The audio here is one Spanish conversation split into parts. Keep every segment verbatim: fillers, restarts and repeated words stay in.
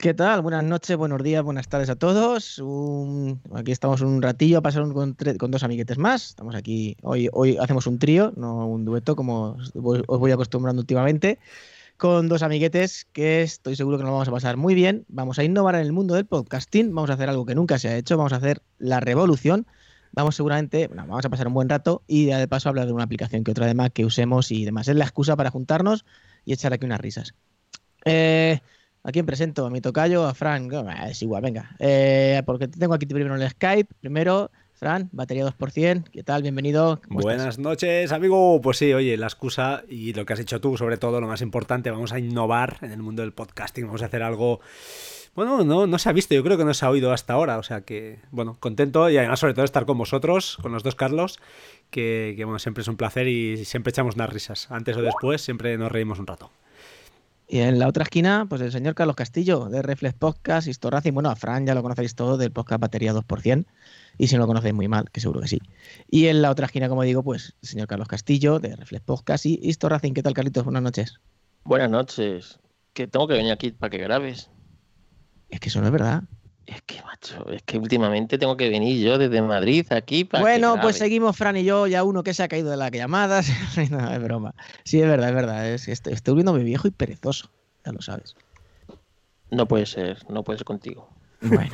¿Qué tal? Buenas noches, buenos días, buenas tardes a todos. Un- Aquí estamos un ratillo a pasar un- con, tre- con dos amiguetes más. Estamos aquí, hoy, hoy hacemos un trío, no un dueto, como os voy, os voy acostumbrando últimamente, con dos amiguetes que estoy seguro que nos vamos a pasar muy bien. Vamos a innovar en el mundo del podcasting, vamos a hacer algo que nunca se ha hecho, vamos a hacer la revolución. Vamos seguramente, bueno, vamos a pasar un buen rato y de paso hablar de una aplicación que otra de Mac que usemos y demás. Es la excusa para juntarnos y echar aquí unas risas. Eh, ¿A quién presento? A mi tocayo, a Fran. No, bah, es igual, venga. Eh, porque te tengo aquí primero en el Skype. Primero, Fran, batería dos por ciento. ¿Qué tal? Bienvenido. ¿Cómo estás? Buenas noches, amigo. Pues sí, oye, la excusa y lo que has hecho tú, sobre todo, lo más importante, vamos a innovar en el mundo del podcasting, vamos a hacer algo. Bueno, no, no se ha visto, yo creo que no se ha oído hasta ahora, o sea que, bueno, contento y además sobre todo estar con vosotros, con los dos Carlos, que, que bueno, siempre es un placer y siempre echamos unas risas, antes o después, siempre nos reímos un rato. Y en la otra esquina, pues el señor Carlos Castillo, de Reflex Podcast, Historracing. Bueno, a Fran ya lo conocéis todo, del podcast Batería dos por ciento. Y si no lo conocéis muy mal, que seguro que sí. Y en la otra esquina, como digo, pues el señor Carlos Castillo, de Reflex Podcast y Historracing. ¿Qué tal, Carlitos? Buenas noches. Buenas noches. Que tengo que venir aquí para que grabes. Es que eso no es verdad. Es que, macho, es que últimamente tengo que venir yo desde Madrid aquí para que Bueno, pues grabes. seguimos Fran y yo, ya uno que se ha caído de las llamadas. No, es broma. Sí, es verdad, es verdad. Es, que estoy, estoy volviéndome viejo y perezoso, ya lo sabes. No puede ser, no puede ser contigo. Bueno,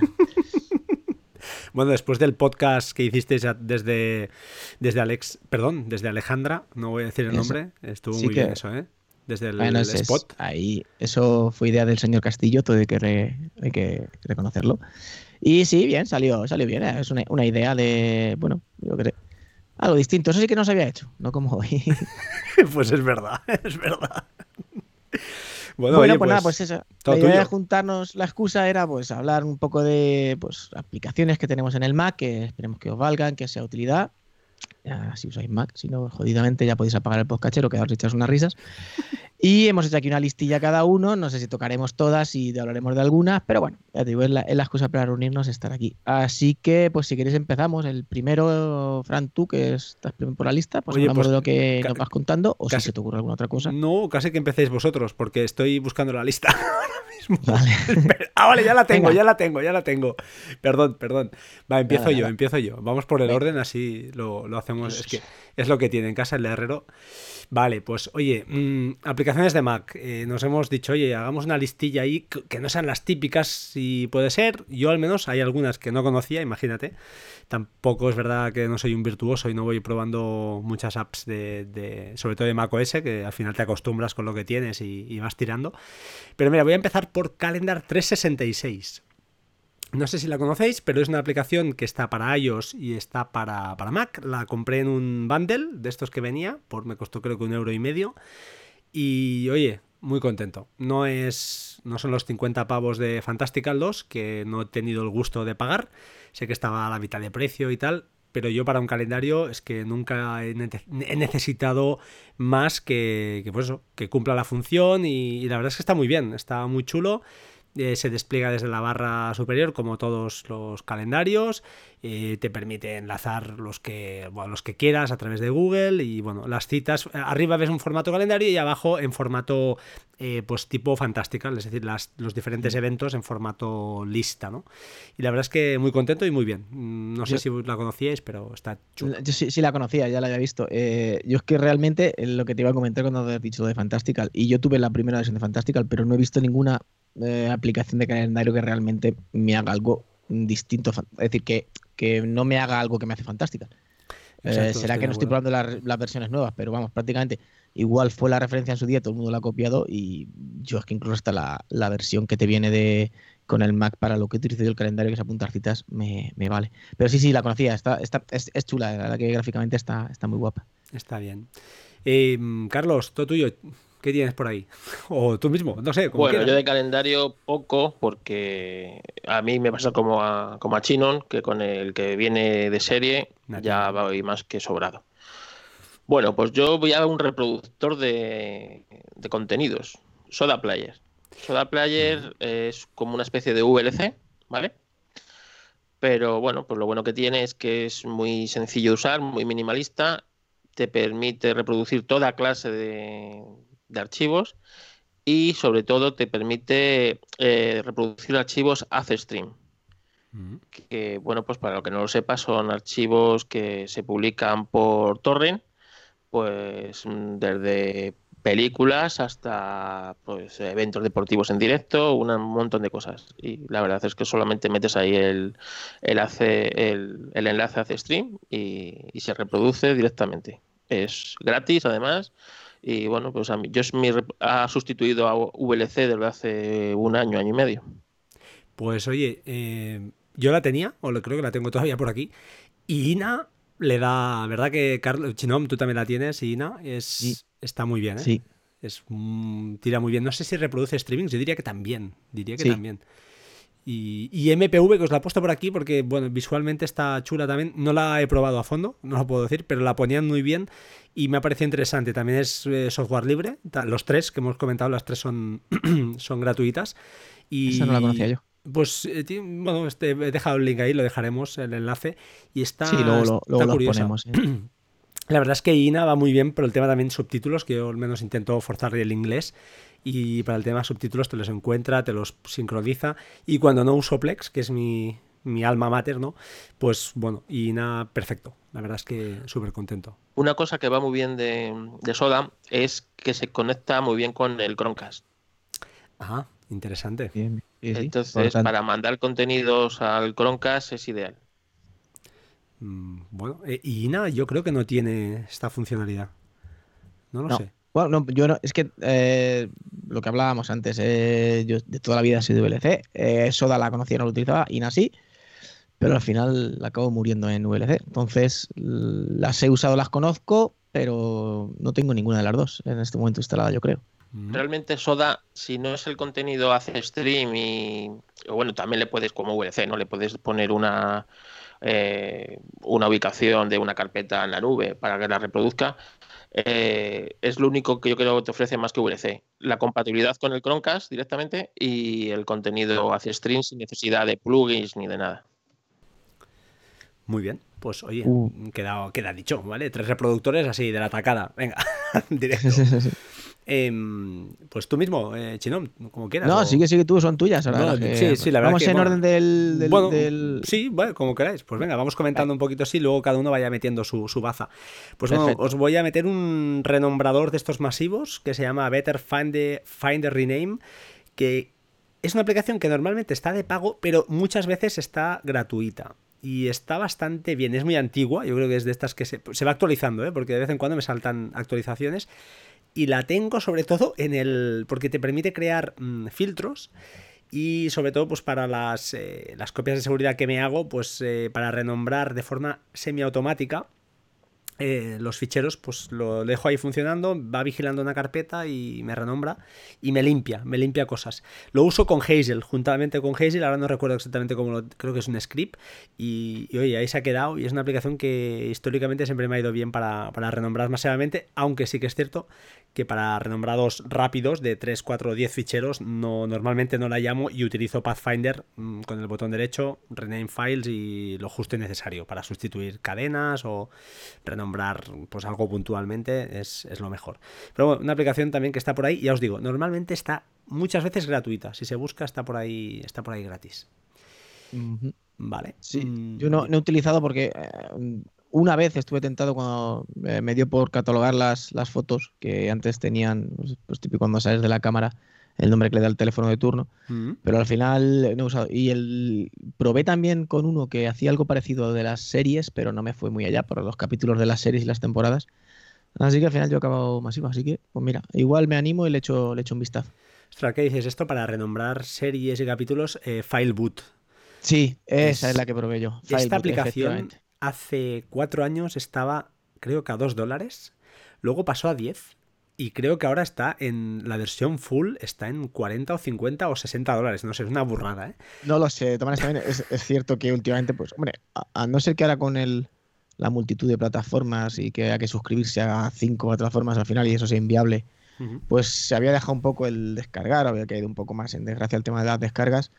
Bueno, después del podcast que hicisteis a- desde, desde Alex, perdón, desde Alejandra, no voy a decir el eso. nombre, estuvo Sí muy bien que, eso, ¿eh? Desde bueno, el es, es- spot. ahí, eso fue idea del señor Castillo, todo hay que, re- hay que reconocerlo. Y sí, bien, salió, salió bien. ¿Eh? Es una, una idea de, bueno, yo qué sé, algo distinto. Eso sí que no se había hecho, no como hoy. Pues es verdad, es verdad. Bueno, Bueno, oye, pues nada, pues pues eso. La todo idea de tuyo. juntarnos, la excusa era pues hablar un poco de pues aplicaciones que tenemos en el Mac, que esperemos que os valgan, que sea de utilidad. Ya, si usáis Mac, si no, jodidamente ya podéis apagar el podcachero, quedaros echas unas risas. Y hemos hecho aquí una listilla cada uno, no sé si tocaremos todas y hablaremos de algunas, pero bueno, ya te digo, es la, es la excusa para reunirnos estar aquí. Así que, pues si queréis empezamos. El primero, Fran, tú que estás primero por la lista, pues Oye, hablamos pues de lo que ca- nos vas contando, o si casi, se te ocurre alguna otra cosa. no, casi que empecéis vosotros, porque estoy buscando la lista ahora mismo. Vale. Espera. Ah, vale, ya la tengo, Venga, ya la tengo, ya la tengo. Perdón, perdón. Va, nada, empiezo yo, nada. empiezo yo. Vamos por el Venga. orden, así lo, lo hacemos. Es Eso. que es lo que tiene en casa el herrero. Vale, pues oye, mmm, aplicaciones de Mac. Eh, nos hemos dicho, oye, hagamos una listilla ahí que que no sean las típicas, si puede ser. Yo al menos hay algunas que no conocía, imagínate. Tampoco es verdad que no soy un virtuoso y no voy probando muchas apps de, de sobre todo de macOS, que al final te acostumbras con lo que tienes y, y vas tirando. Pero mira, voy a empezar por Calendar trescientos sesenta y seis. No sé si la conocéis, pero es una aplicación que está para iOS y está para, para Mac. La compré en un bundle de estos que venía, por me costó creo que un euro y medio. Y oye, muy contento. No es, no son los cincuenta pavos de Fantastical dos, que no he tenido el gusto de pagar. Sé que estaba a la mitad de precio y tal, pero yo para un calendario es que nunca he, nete- he necesitado más que, que, pues eso, que cumpla la función y, y la verdad es que está muy bien, está muy chulo. Eh, se despliega desde la barra superior como todos los calendarios, eh, te permite enlazar los que, bueno, los que quieras a través de Google y bueno, las citas, arriba ves un formato calendario y abajo en formato eh, pues tipo Fantastical, es decir, las, los diferentes eventos en formato lista, ¿no? Y la verdad es que muy contento y muy bien. No sé Yo, si la conocíais, pero está chulo. yo sí, sí la conocía, ya la había visto. Eh, yo es que realmente eh, lo que te iba a comentar cuando habías dicho lo de Fantastical, y yo tuve la primera versión de Fantastical, pero no he visto ninguna eh, aplicación de calendario que realmente me haga algo distinto. Es decir, que, que no me haga algo que me hace Fantastical. Eh, Exacto, será estoy que de no estoy acuerdo. probando las, las versiones nuevas, pero vamos, prácticamente igual fue la referencia en su día, todo el mundo la ha copiado y yo es que incluso hasta la, la versión que te viene de con el Mac para lo que utilizo yo el calendario, que es apuntar citas, me, me vale. Pero sí, sí, la conocía, está, está, es, es chula, la verdad que gráficamente está, está muy guapa. Está bien. Eh, Carlos, todo tuyo. ¿Qué tienes por ahí? O tú mismo, no sé, como Bueno, yo quieras. de calendario poco, porque a mí me pasa como a, como a Chinon, que con el que viene de serie Nativo. ya voy más que sobrado. Bueno, pues yo voy a un reproductor de, de contenidos, Soda Player. Soda Ujú. Player es como una especie de V L C, ¿vale? Pero bueno, pues lo bueno que tiene es que es muy sencillo de usar, muy minimalista, te permite reproducir toda clase de, de archivos y sobre todo te permite eh, reproducir archivos AceStream. Que, bueno, pues para lo que no lo sepa, son archivos que se publican por torrent, pues desde películas hasta pues eventos deportivos en directo, un montón de cosas. Y la verdad es que solamente metes ahí el, el, hace, el, el enlace a AceStream y, y se reproduce directamente. Es gratis además. Y bueno, pues a mí, yo es mi, ha sustituido a V L C desde hace un año, año y medio. Pues oye, eh, yo la tenía, o lo creo que la tengo todavía por aquí, y Ina le da, ¿verdad que Carlos, Chinom, tú también la tienes? Y Ina es, Sí. está muy bien, ¿eh? Sí. Es, mm, tira muy bien. No sé si reproduce streamings, yo diría que también, diría que Sí. también. Y, y M P V, que os la he puesto por aquí porque, bueno, visualmente está chula también. No la he probado a fondo, no lo puedo decir, pero la ponían muy bien y me ha parecido interesante. También es eh, software libre. Los tres que hemos comentado, las tres son, son gratuitas. Y, Esa no la conocía yo. Pues, eh, bueno, este, he dejado el link ahí, lo dejaremos, el enlace. Y está, Sí, luego, lo, luego está los curiosa. ponemos. ¿eh? La verdad es que Ina va muy bien, pero el tema también subtítulos, que yo al menos intento forzar el inglés. Y para el tema subtítulos te los encuentra, te los sincroniza. Y cuando no uso Plex, que es mi, mi alma mater, ¿no? Pues bueno, Ina perfecto. La verdad es que súper contento. Una cosa que va muy bien de, de Soda es que se conecta muy bien con el Chromecast. Ajá, interesante. Bien, sí, sí. Entonces, Importante. para mandar contenidos al Chromecast es ideal. Mm, bueno, eh, y Ina yo creo que no tiene esta funcionalidad. No lo No. sé. Bueno, no, yo no, es que eh, lo que hablábamos antes, eh, yo de toda la vida he sido V L C, eh, Soda la conocía, no la utilizaba, Ina sí, pero al final la acabo muriendo en V L C. Entonces, las he usado, las conozco, pero no tengo ninguna de las dos en este momento instalada, yo creo. Mm. Realmente Soda, si no es el contenido hace stream y bueno, también le puedes como V L C, ¿no? Le puedes poner una eh, una ubicación de una carpeta en la nube para que la reproduzca. Eh, es lo único que yo creo que te ofrece más que V L C. La compatibilidad con el Chromecast directamente y el contenido hacia stream sin necesidad de plugins ni de nada. Muy bien, pues oye, Uh. queda, queda dicho, ¿vale? Tres reproductores así de la tacada. Venga, directo. Eh, pues tú mismo, eh, Chinom, como quieras. No, o... sigue, sigue tú, son tuyas. Ahora, No, las que- sí, sí, la verdad Vamos que, en bueno, orden del. del- bueno, del- sí, bueno, como queráis. Pues venga, vamos comentando un poquito así, luego cada uno vaya metiendo su, su baza. Pues bueno, Perfecto. os voy a meter un renombrador de estos masivos que se llama Better Find Finder Rename, que es una aplicación que normalmente está de pago, pero muchas veces está gratuita. Y está bastante bien, es muy antigua, yo creo que es de estas que se, se va actualizando, ¿eh? Porque de vez en cuando me saltan actualizaciones. Y la tengo sobre todo en el... porque te permite crear mmm, filtros y sobre todo pues para las, eh, las copias de seguridad que me hago, pues eh, para renombrar de forma semiautomática eh, los ficheros, pues lo dejo ahí funcionando, va vigilando una carpeta y me renombra y me limpia, me limpia cosas. Lo uso con Hazel, juntamente con Hazel, ahora no recuerdo exactamente cómo lo, creo que es un script y, y oye, ahí se ha quedado y es una aplicación que históricamente siempre me ha ido bien para, para renombrar masivamente, aunque sí que es cierto que para renombrados rápidos de tres, cuatro, diez ficheros no, normalmente no la llamo y utilizo Pathfinder mmm, con el botón derecho, rename files y lo justo y necesario para sustituir cadenas o renombrar pues algo puntualmente es, es lo mejor. Pero bueno, una aplicación también que está por ahí, ya os digo, normalmente está muchas veces gratuita, si se busca está por ahí, está por ahí gratis. Uh-huh. Vale. Sí, mm, yo no, no he utilizado porque eh, una vez estuve tentado cuando eh, me dio por catalogar las, las fotos que antes tenían, pues, pues típico cuando sales de la cámara, el nombre que le da el teléfono de turno, mm. pero al final no he usado. Y el probé también con uno que hacía algo parecido de las series, pero no me fue muy allá por los capítulos de las series y las temporadas. Así que al final yo he acabado masivo. Así que, pues mira, igual me animo y le echo, le echo un vistazo. Ostras, ¿qué dices esto para renombrar series y capítulos? Eh, Fileboot. Sí, esa Es- es la que probé yo. Esta Fileboot, aplicación efectivamente. hace cuatro años estaba, creo que a dos dólares, luego pasó a diez y creo que ahora está en la versión full, está en cuarenta o cincuenta o sesenta dólares, no sé, es una burrada, ¿eh? No lo sé, de todas maneras también es, es cierto que últimamente, pues, hombre, a, a no ser que ahora con el, la multitud de plataformas y que haya que suscribirse a cinco plataformas al final y eso sea inviable, Ujú. pues se había dejado un poco el descargar, había caído un poco más en desgracia el tema de las descargas.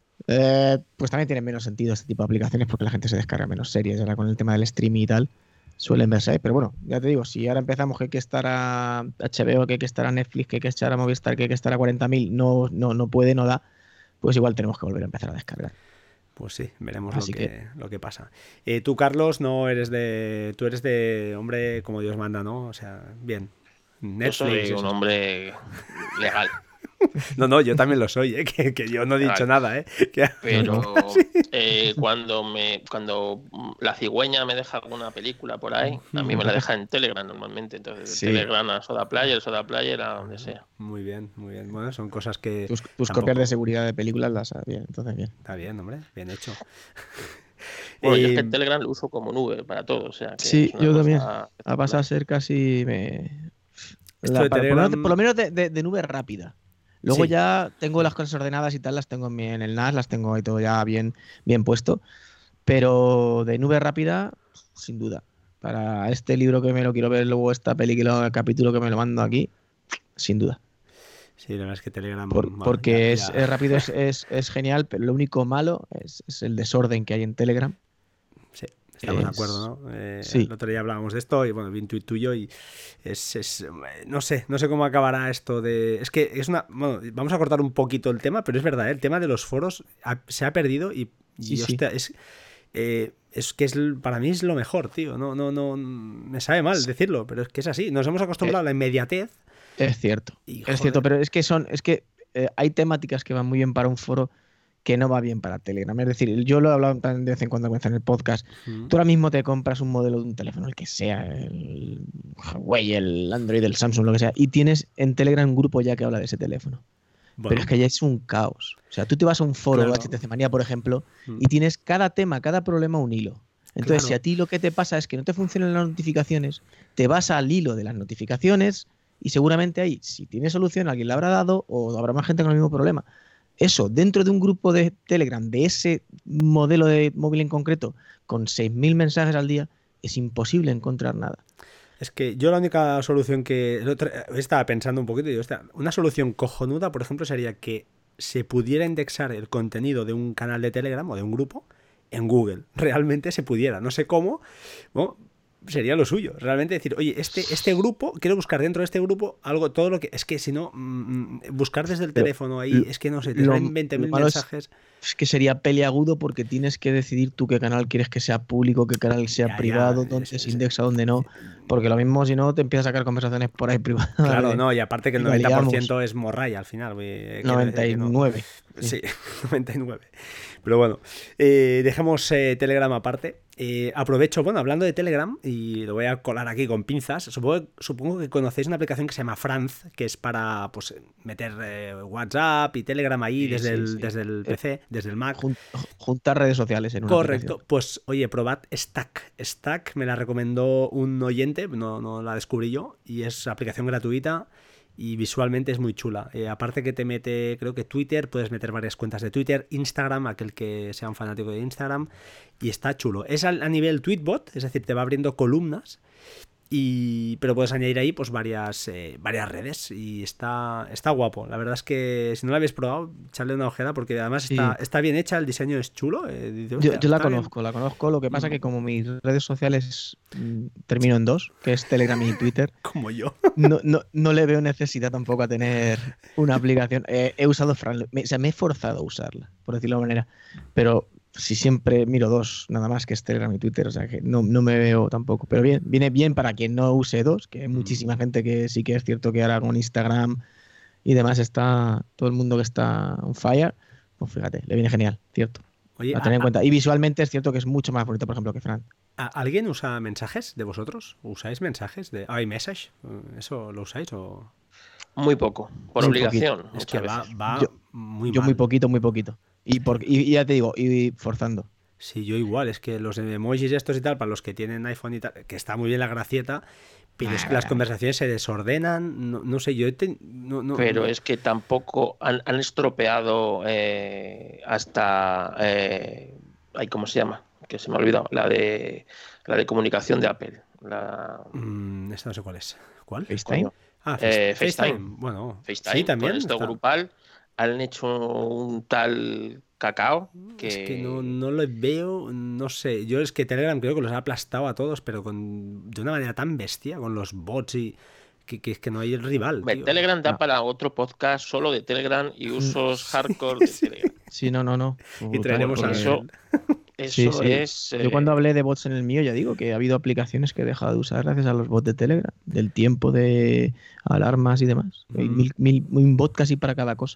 Eh, pues también tiene menos sentido este tipo de aplicaciones porque la gente se descarga menos series. Ahora con el tema del streaming y tal, suelen verse ahí. Pero bueno, ya te digo, si ahora empezamos que hay que estar a H B O, que hay que estar a Netflix, que hay que estar a Movistar, que hay que estar a cuarenta mil, no, no, no puede, no da, pues igual tenemos que volver a empezar a descargar. Pues sí, veremos Así lo que, que- lo que pasa. Eh, tú, Carlos, no eres de... Tú eres de hombre como Dios manda, ¿no? O sea, bien. Yo Netflix, soy eso. un hombre legal, No, no, yo también lo soy, ¿eh? Que, que yo no he dicho legal. nada, ¿eh? Que- Pero eh, cuando me cuando mm, la cigüeña me deja alguna película por ahí, a mí me la deja en Telegram normalmente. Entonces, de Sí. Telegram a Soda Player, Soda Player a donde sea. Muy bien, muy bien. Bueno, son cosas que... Tus, tus tampoco- copias de seguridad de películas las has bien, entonces bien. Está bien, hombre, bien hecho. Bueno, yo es Eh, que el Telegram lo uso como nube para todo. O sea, que Sí, es una yo cosa también. espectacular. Ha pasado a ser casi... Me... Esto la- de para- por, lo menos, Telegram- por lo menos de, de- de nube rápida. Luego Sí. ya tengo las cosas ordenadas y tal, las tengo en, mi- en el N A S, las tengo ahí todo ya bien, bien puesto. Pero de nube rápida, sin duda. Para este libro que me lo quiero ver, luego esta película, el capítulo que me lo mando aquí, sin duda. Sí, la verdad es que Telegram... Por- bueno, porque ya- es, ya- es rápido, es, es- es genial, pero lo único malo es, es el desorden que hay en Telegram. Sí, estamos de Es- acuerdo, ¿no? Eh, sí. El otro día hablábamos de esto y bueno, vi un tuit tuyo y es, es, eh, no sé, no sé cómo acabará esto de... Es que es una... Bueno, vamos a cortar un poquito el tema, pero es verdad, ¿eh? El tema de los foros ha- se ha perdido y, y, Sí, sí. hostia, es... eh, es que es l- para mí es lo mejor, tío. No, no, no, me sabe mal decirlo, pero es que es así. Nos hemos acostumbrado a la inmediatez. Es cierto, Y, es joder. cierto, pero es que son, es que eh, hay temáticas que van muy bien para un foro que no va bien para Telegram. Es decir, yo lo he hablado también de vez en cuando en el podcast. Mm. Tú ahora mismo te compras un modelo de un teléfono, el que sea, el Huawei, el Android, el Samsung, lo que sea, y tienes en Telegram un grupo ya que habla de ese teléfono. Bueno, Pero es que ya es un caos. O sea, tú te vas a un foro, Claro. H T C Manía, por ejemplo, Mm. y tienes cada tema, cada problema un hilo. Entonces, Claro. si a ti lo que te pasa es que no te funcionan las notificaciones, te vas al hilo de las notificaciones y seguramente ahí, si tiene solución, alguien la habrá dado o habrá más gente con el mismo problema. Eso, dentro de un grupo de Telegram, de ese modelo de móvil en concreto, con seis mil mensajes al día, es imposible encontrar nada. Es que yo la única solución que... el otro- estaba pensando un poquito y digo, hostia, una solución cojonuda, por ejemplo, sería que se pudiera indexar el contenido de un canal de Telegram o de un grupo en Google. Realmente se pudiera. No sé cómo. Bueno, sería lo suyo. Realmente decir, oye, este, este grupo, quiero buscar dentro de este grupo algo, todo lo que... Es que si no, mm, buscar desde el Pero teléfono ahí, lo- es que no sé, te lo- traen veinte mil lo malo es- mensajes. Es que sería peliagudo porque tienes que decidir tú qué canal quieres que sea público, qué canal sea Ya, ya, privado, es- dónde es- se indexa, dónde no. Porque lo mismo si no te empiezas a sacar conversaciones por ahí privadas. Claro, de- no, y aparte que el y la noventa por liamos. ciento es morralla al final. güey, quiero decir que no- noventa y nueve. Sí, noventa y nueve. Pero bueno, eh, dejemos eh, Telegram aparte. Eh, aprovecho, bueno, hablando de Telegram, y lo voy a colar aquí con pinzas. Supongo, supongo que conocéis una aplicación que se llama Franz, que es para pues meter eh, WhatsApp y Telegram ahí Sí, desde, sí, el, sí. desde el P C, desde el Mac. Jun- juntar redes sociales en una Correcto, aplicación. pues oye, probad Stack. Stack me la recomendó un oyente, no, no la descubrí yo, y es aplicación gratuita y visualmente es muy chula. Eh, aparte que te mete, creo que Twitter, puedes meter varias cuentas de Twitter, Instagram, aquel que sea un fanático de Instagram, y está chulo. Es al- a nivel Tweetbot, es decir, te va abriendo columnas. Y, pero puedes añadir ahí pues varias, eh, varias redes y está, está guapo. La verdad es que si no la habéis probado, echarle una ojeada porque además Sí. está, está bien hecha, el diseño es chulo. eh, dice, Yo, "Hostia, yo la está bien". conozco, la conozco. Lo que pasa Mm. que como mis redes sociales mm, termino en dos, que es Telegram y Twitter, Como yo. no, no, no le veo necesidad tampoco a tener una aplicación. Eh, he usado Fran, me, o sea, me he forzado a usarla, por decirlo de alguna manera. Pero si siempre miro dos, nada más, que es Telegram y Twitter, o sea que no, no me veo tampoco. Pero bien, viene bien para quien no use dos, que hay muchísima gente que sí que es cierto que ahora con Instagram y demás está todo el mundo que está on fire. Pues fíjate, le viene genial, cierto. Oye, A tener en ¿a- cuenta. Y visualmente es cierto que es mucho más bonito, por ejemplo, que Fran. a- ¿alguien usa mensajes de vosotros? ¿Usáis mensajes de iMessage? ¿Eso lo usáis o...? Muy poco, por Muy obligación. Es muchas que va, veces. va Yo- muy Yo mal. muy poquito, muy poquito. Y, por, y, y ya te digo, y forzando. Sí, yo igual, es que los emojis estos y tal, para los que tienen iPhone y tal, que está muy bien la gracieta, pero es que las conversaciones se desordenan, no, no sé, yo he ten- no, no, Pero no- es que tampoco han, han estropeado eh, hasta. Eh, ay, ¿cómo se llama? Que se me ha olvidado. La de, la de comunicación de Apple. La, Mm, esta no sé cuál es. ¿Cuál? FaceTime. coño, Ah, Eh, Face- FaceTime. FaceTime. Bueno, FaceTime, sí, también. con esto está- grupal, han hecho un tal cacao que... Es que no, no lo veo, no sé. Yo es que Telegram creo que los ha aplastado a todos, pero con de una manera tan bestia, con los bots y que, que es que no hay el rival, Hombre, tío. Telegram da No. para otro podcast solo de Telegram y usos hardcore de Telegram. Sí, no, no, no. Y traeremos a Porque eso, Sí, eso sí. es... Yo cuando eh, hablé de bots en el mío ya digo que ha habido aplicaciones que he dejado de usar gracias a los bots de Telegram, del tiempo de alarmas y demás. Hay Mm. mil, mil- un bot casi para cada cosa.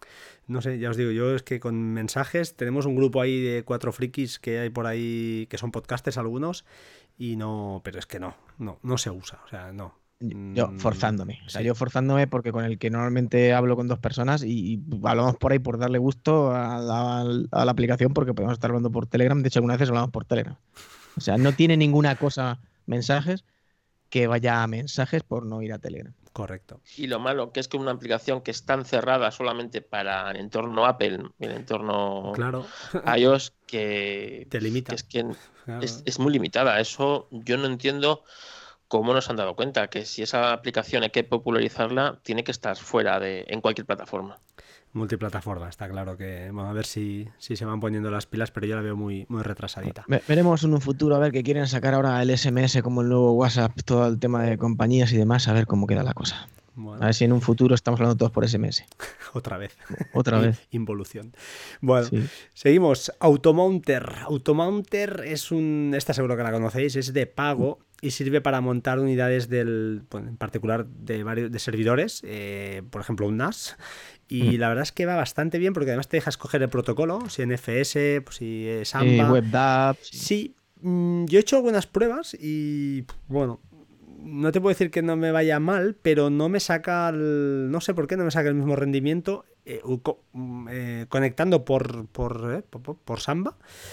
No sé, ya os digo, yo es que con mensajes tenemos un grupo ahí de cuatro frikis que hay por ahí que son podcasters algunos y no, pero es que no, no, no se usa, o sea, no. Yo Mm, forzándome. O sea, sí. yo forzándome porque con el que normalmente hablo con dos personas y, y hablamos por ahí por darle gusto a la, a la aplicación porque podemos estar hablando por Telegram. De hecho, algunas veces hablamos por Telegram. O sea, no tiene ninguna cosa mensajes que vaya a mensajes por no ir a Telegram. Correcto. Y lo malo que es que una aplicación que es tan cerrada solamente para el entorno Apple, el entorno Claro. iOS, que, Te limita. que es que Claro. es, es muy limitada. Eso yo no entiendo cómo nos han dado cuenta, que si esa aplicación hay que popularizarla, tiene que estar fuera de en cualquier plataforma. Multiplataforma, está claro que vamos a ver si, si se van poniendo las pilas, pero yo la veo muy, muy retrasadita. Ve- Veremos en un futuro a ver que quieren sacar ahora el S M S como el nuevo WhatsApp, todo el tema de compañías y demás, a ver cómo queda la cosa. Bueno, A ver si en un futuro estamos hablando todos por S M S. otra vez. Otra vez. Involución. Bueno, Sí. seguimos. Automounter. Automounter es un. Esta seguro que la conocéis, es de pago y sirve para montar unidades del. Bueno, en particular de varios de servidores, eh, por ejemplo, un N A S. Y Mm. la verdad es que va bastante bien porque además te deja escoger el protocolo, si N F S, pues si es Eh, Samba. WebDAV. Sí. Sí, mm, yo he hecho algunas pruebas y bueno, no te puedo decir que no me vaya mal, pero no me saca, el, no sé por qué, no me saca el mismo rendimiento eh, co- eh, conectando por, por, eh, por, por Samba,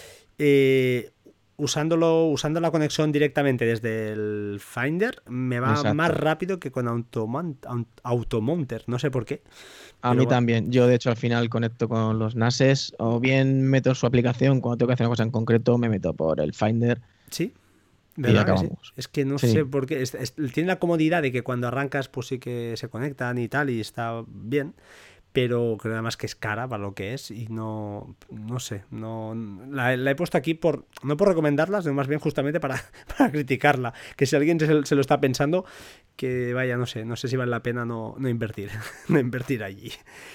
eh, usándolo, usando la conexión directamente desde el Finder, me va Exacto. más rápido que con Automon- Automounter, no sé por qué. A Pero mí bueno. también. Yo, de hecho, al final conecto con los N A S es, o bien meto su aplicación, cuando tengo que hacer una cosa en concreto, me meto por el Finder. Sí. Y ¿Verdad que sí? acabamos. Es que no Sí. sé por qué. Es- es- tiene la comodidad de que cuando arrancas, pues sí que se conectan y tal, y está bien. Pero creo además que es cara para lo que es. Y no. No sé. No. La, la he puesto aquí por. No por recomendarla, sino más bien justamente para, para criticarla. Que si alguien se, se lo está pensando, que vaya, no sé. No sé si vale la pena no, no invertir. no invertir allí.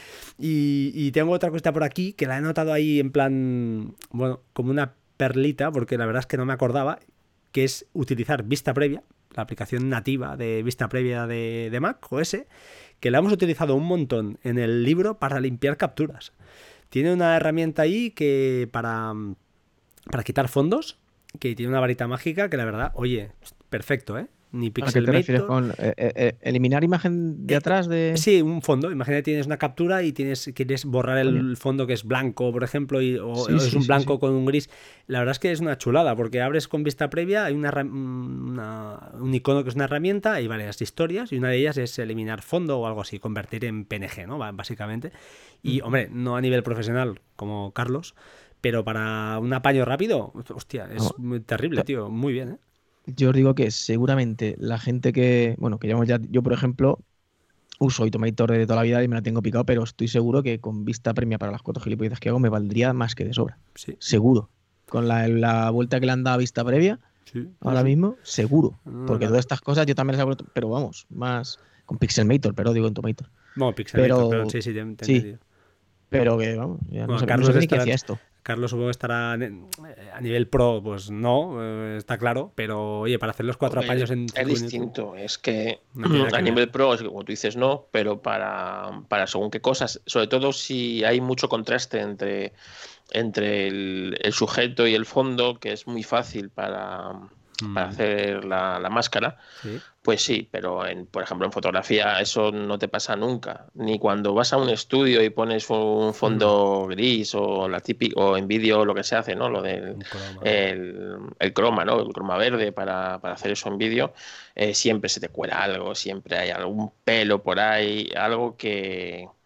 Y, y tengo otra cosa por aquí que la he notado ahí en plan. Bueno, como una perlita, porque la verdad es que no me acordaba, que es utilizar Vista Previa, la aplicación nativa de Vista Previa de, de Mac O S, que la hemos utilizado un montón en el libro para limpiar capturas. Tiene una herramienta ahí que para, para quitar fondos, que tiene una varita mágica que la verdad, oye, perfecto, ¿eh? Ni ¿A qué te refieres Pixelmator. con eh, eh, eh, eliminar imagen de Eh, atrás de...? Sí, un fondo. Imagínate, tienes una captura y tienes, quieres borrar el Coño. fondo que es blanco, por ejemplo, y, o Sí, es sí, un sí, blanco sí. con un gris. La verdad es que es una chulada, porque abres con vista previa, hay una, herram- una- un icono que es una herramienta, hay varias historias, y una de ellas es eliminar fondo o algo así, convertir en P N G, ¿no? Ba- Básicamente. Y, hombre, no a nivel profesional como Carlos, pero para un apaño rápido, hostia, es No. muy terrible, tío. Muy bien, ¿eh? Yo os digo que seguramente la gente que, bueno, que llevamos ya, yo por ejemplo, uso Automator de toda la vida y me la tengo picado, pero estoy seguro que con vista premia para las cuatro gilipolleces que hago me valdría más que de sobra. Sí, Seguro. Con la, la vuelta que le han dado a vista previa, sí. ahora sí. mismo, seguro. No, Porque la- todas estas cosas yo también las hago, pero vamos, más con Pixelmator, pero digo en Automator. Bueno, Pixelmator, Pero- pero sí, sí, te, te he sí. entendido. Pero que, vamos, ya Bueno, no, sé, Carlos no sé ni qué estará- hacía esto. Carlos supongo que estará eh, a nivel pro, pues no, eh, está claro, pero oye, para hacer los cuatro Hombre, apaños en es cinco minutos. distinto, es que No tiene nada que a ver. nivel pro, es que como tú dices, no, pero para, para según qué cosas, sobre todo si hay mucho contraste entre, entre el, el sujeto y el fondo, que es muy fácil para, Mm, para hacer la, la máscara, sí. pues sí, pero en, por ejemplo en fotografía eso no te pasa nunca, ni cuando vas a un estudio y pones un fondo gris o la típica, o en vídeo lo que se hace, ¿no? Lo del Un croma. el, el croma, ¿no? El croma verde para, para hacer eso en vídeo, eh, siempre se te cuela algo, siempre hay algún pelo por ahí, algo que,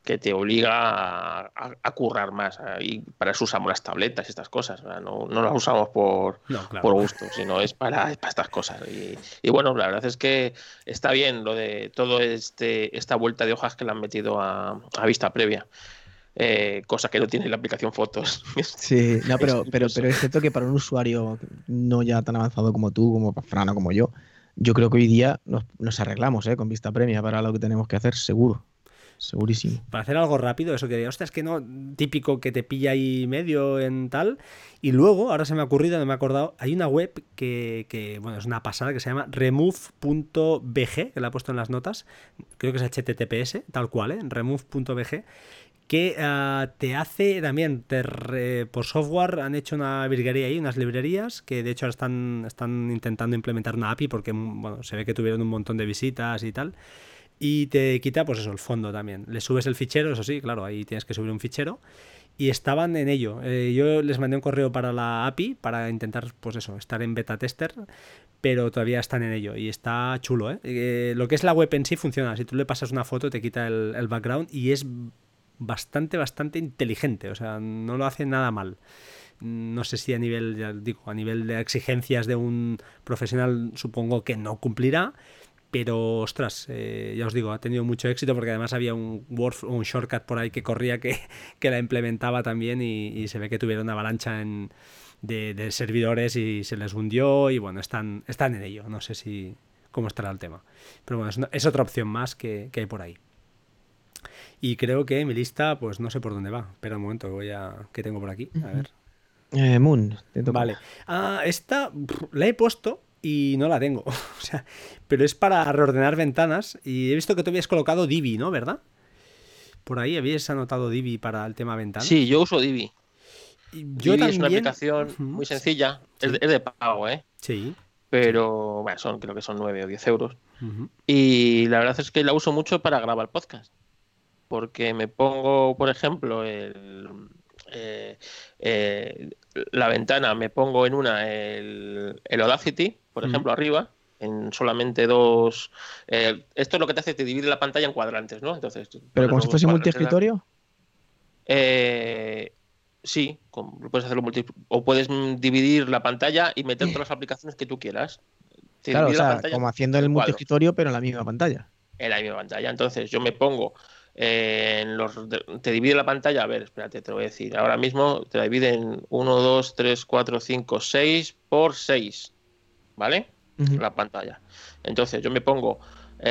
que te obliga a, a, a currar más. Y para eso usamos las tabletas y estas cosas. No, no las usamos por, no, claro. por gusto, sino es para, es para estas cosas. Y, y bueno, la verdad es que está bien lo de todo este esta vuelta de hojas que le han metido a, a vista previa. Eh, cosa que no tiene la aplicación Fotos. Sí, no, pero, pero, pero es cierto que para un usuario no ya tan avanzado como tú, como Fran o como yo, yo creo que hoy día nos, nos arreglamos ¿eh? con vista previa para lo que tenemos que hacer, seguro. Segurísimo. Para hacer algo rápido, eso que diga, ostras, es que no, típico que te pilla ahí medio en tal. Y luego, ahora se me ha ocurrido, no me he acordado, hay una web que, que bueno, es una pasada, que se llama remove punto b g, que la he puesto en las notas, creo que es H T T P S, tal cual, ¿eh? remove punto b g, que uh, te hace también, te re, por software han hecho una virguería ahí, unas librerías, que de hecho ahora están, están intentando implementar una A P I, porque bueno, se ve que tuvieron un montón de visitas y tal. Y te quita, pues eso, el fondo también. Le subes el fichero, eso sí, claro, ahí tienes que subir un fichero. Y estaban en ello. Eh, yo les mandé un correo para la A P I para intentar, pues eso, estar en beta tester, pero todavía están en ello. Y está chulo, ¿eh? eh lo que es la web en sí funciona. Si tú le pasas una foto, te quita el, el background y es bastante, bastante inteligente. O sea, no lo hace nada mal. No sé si a nivel, ya digo, a nivel de exigencias de un profesional supongo que no cumplirá. Pero, ostras, eh, ya os digo, ha tenido mucho éxito porque además había un, Word, un shortcut por ahí que corría que, que la implementaba también y, y se ve que tuvieron una avalancha en, de, de servidores y se les hundió y bueno, están, están en ello. No sé si cómo estará el tema. Pero bueno, es, una, es otra opción más que, que hay por ahí. Y creo que mi lista, pues no sé por dónde va. Espera un momento, voy a... ¿qué tengo por aquí? A ver. Eh, Moon, te toca. Vale. Ah, esta la he puesto... y no la tengo, o sea, pero es para reordenar ventanas y he visto que tú habías colocado Divi, ¿no? ¿Verdad? Por ahí habías anotado Divi para el tema ventanas. Sí, yo uso Divi. Yo Divi también... es una aplicación muy sencilla, sí. es, de, es de pago, ¿eh? Sí. Pero, sí. bueno, son, creo que son nueve o diez euros. Uh-huh. Y la verdad es que la uso mucho para grabar podcast. Porque me pongo, por ejemplo, el... Eh, eh, la ventana, me pongo en una el, el Audacity, por mm. ejemplo, arriba, en solamente dos. Eh, esto es lo que te hace, te divide la pantalla en cuadrantes, ¿no? Entonces, ¿pero como si fuese multiescritorio? Eh, sí, como, puedes hacerlo multi, o puedes dividir la pantalla y meter todas las aplicaciones que tú quieras. Te claro, o sea, como haciendo el multiescritorio, pero en la misma pantalla. En la misma pantalla. Entonces, yo me pongo. Eh, en los, te divide la pantalla, a ver, espérate, te lo voy a decir. Ahora mismo te la divide en uno, dos, tres, cuatro, cinco, seis por seis, ¿vale? Uh-huh. La pantalla. Entonces yo me pongo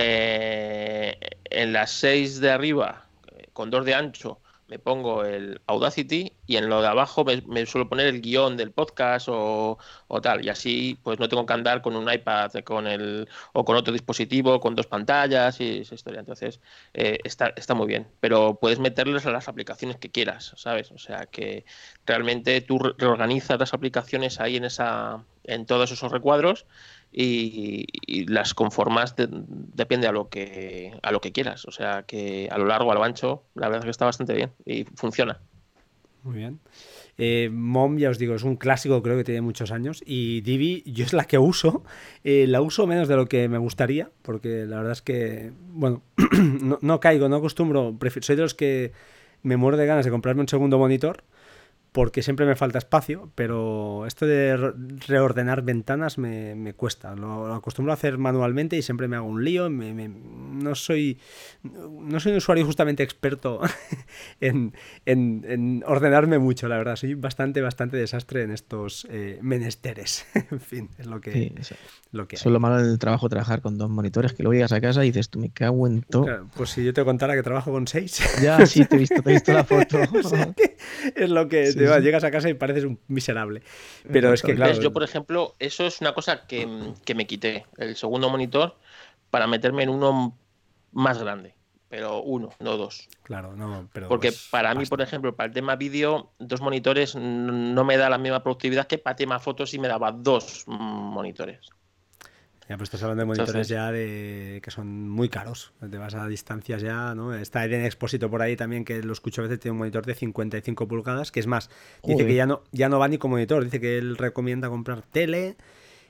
eh, en las seis de arriba, con dos de ancho, me pongo el Audacity y en lo de abajo me, me suelo poner el guión del podcast o, o tal, y así pues no tengo que andar con un iPad con el, o con otro dispositivo con dos pantallas y esa historia. Entonces eh, está, está muy bien, pero puedes meterles a las aplicaciones que quieras, ¿sabes? O sea que realmente tú reorganizas las aplicaciones ahí en esa, en todos esos recuadros y, y las conformas de, depende a lo que a lo que quieras, o sea que a lo largo, a lo ancho, la verdad es que está bastante bien y funciona. Muy bien. Eh, Mom, ya os digo, es un clásico, creo que tiene muchos años, y Divi yo es la que uso, eh, la uso menos de lo que me gustaría, porque la verdad es que, bueno, no, no caigo, no acostumbro, prefiero, soy de los que me muero de ganas de comprarme un segundo monitor, porque siempre me falta espacio, pero esto de reordenar ventanas me, me cuesta. Lo, lo acostumbro a hacer manualmente y siempre me hago un lío. Me, me, no soy no soy un usuario justamente experto en, en, en ordenarme mucho, la verdad. Soy bastante, bastante desastre en estos eh, menesteres. En fin, es lo que, sí, eso, lo que eso es lo malo del trabajo, trabajar con dos monitores, que luego llegas a casa y dices, tú me cago en todo. Claro, pues si yo te contara que trabajo con seis. Ya, sí, te he visto, te he visto la foto. O sea, es lo que sí, te va, sí. Llegas a casa y pareces un miserable. Pero es que, claro. Yo, por ejemplo, eso es una cosa que, que me quité, el segundo monitor, para meterme en uno más grande. Pero uno, no dos. Claro, no, pero. Porque pues, para basta. mí, por ejemplo, para el tema vídeo, dos monitores no me da la misma productividad que para tema fotos y me daba dos monitores. Ya, pues estás hablando de monitores Entonces, ya de que son muy caros. Te vas a distancias ya, ¿no? Está Eden Expósito por ahí también, que lo escucho a veces, tiene un monitor de cincuenta y cinco pulgadas, que es más, dice Joder. que ya no, ya no va ni con monitor, dice que él recomienda comprar tele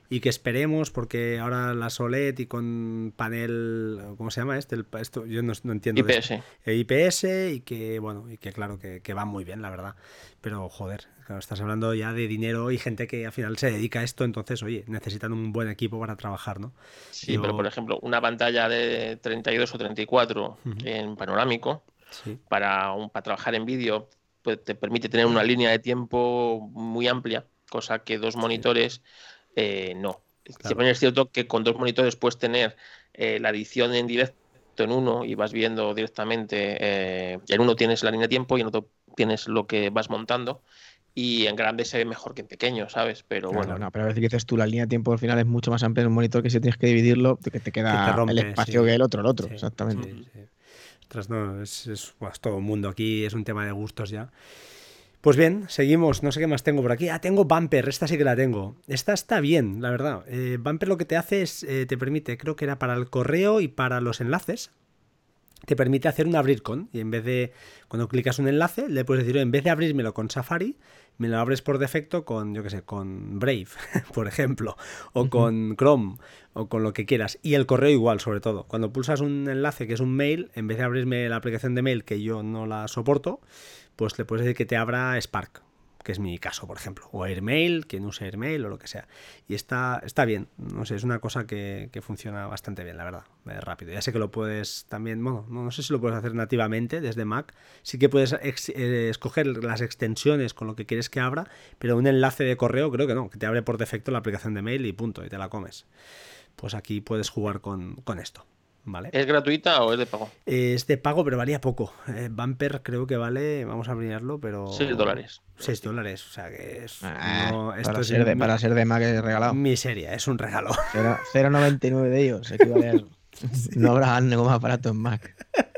y que esperemos, porque ahora las O L E D y con panel, ¿cómo se llama este? El, esto yo no, no entiendo. I P S. De I P S y que, bueno, y que claro, que, que va muy bien, la verdad. Pero, joder, claro, estás hablando ya de dinero y gente que al final se dedica a esto, entonces, oye, necesitan un buen equipo para trabajar, ¿no? Sí, yo... pero por ejemplo, una pantalla de treinta y dos o treinta y cuatro uh-huh. en panorámico, sí. para, un, para trabajar en vídeo, pues te permite tener una línea de tiempo muy amplia, cosa que dos monitores eh, no. Claro. Si bien es cierto que con dos monitores puedes tener eh, la edición en directo en uno y vas viendo directamente, eh, en uno tienes la línea de tiempo y en otro tienes lo que vas montando, y en grande se ve mejor que en pequeño, ¿sabes? Pero claro, bueno. No, pero a veces que dices tú, la línea de tiempo al final es mucho más amplia en un monitor, que si tienes que dividirlo, que te queda que te rompe, el espacio sí. que el otro, el otro, sí, exactamente. Sí, sí. Ostras, no, es, es, bueno, es todo un mundo aquí, es un tema de gustos ya. Pues bien, seguimos, no sé qué más tengo por aquí. Ah, tengo Bumper, esta sí que la tengo. Esta está bien, la verdad. Eh, Bumper lo que te hace es, eh, te permite, creo que era para el correo y para los enlaces, te permite hacer un abrir con, y en vez de, cuando clicas un enlace, le puedes decir, en vez de abrírmelo con Safari, me lo abres por defecto con, yo qué sé, con Brave, por ejemplo, o uh-huh. con Chrome, o con lo que quieras. Y el correo igual, sobre todo. Cuando pulsas un enlace que es un mail, en vez de abrirme la aplicación de mail, que yo no la soporto, pues le puedes decir que te abra Spark, que es mi caso, por ejemplo, o Airmail, quien use Airmail o lo que sea. Y está, está bien, no sé, es una cosa que, que funciona bastante bien, la verdad, es rápido. Ya sé que lo puedes también, bueno, no, no sé si lo puedes hacer nativamente desde Mac, sí que puedes ex, eh, escoger las extensiones con lo que quieres que abra, pero un enlace de correo creo que no, que te abre por defecto la aplicación de mail y punto, y te la comes. Pues aquí puedes jugar con, con esto. ¿Vale? ¿Es gratuita o es de pago? Es de pago, pero valía poco. Eh, Bumper creo que vale, vamos a abrirlo, pero... seis dólares. seis dólares, o sea que es... Ah, no, esto para, es ser de, mi, para ser de Mac es regalado. Miseria, es un regalo. cero coma noventa y nueve de ellos, equivale a eso. Sí. No habrá ningún aparato en Mac.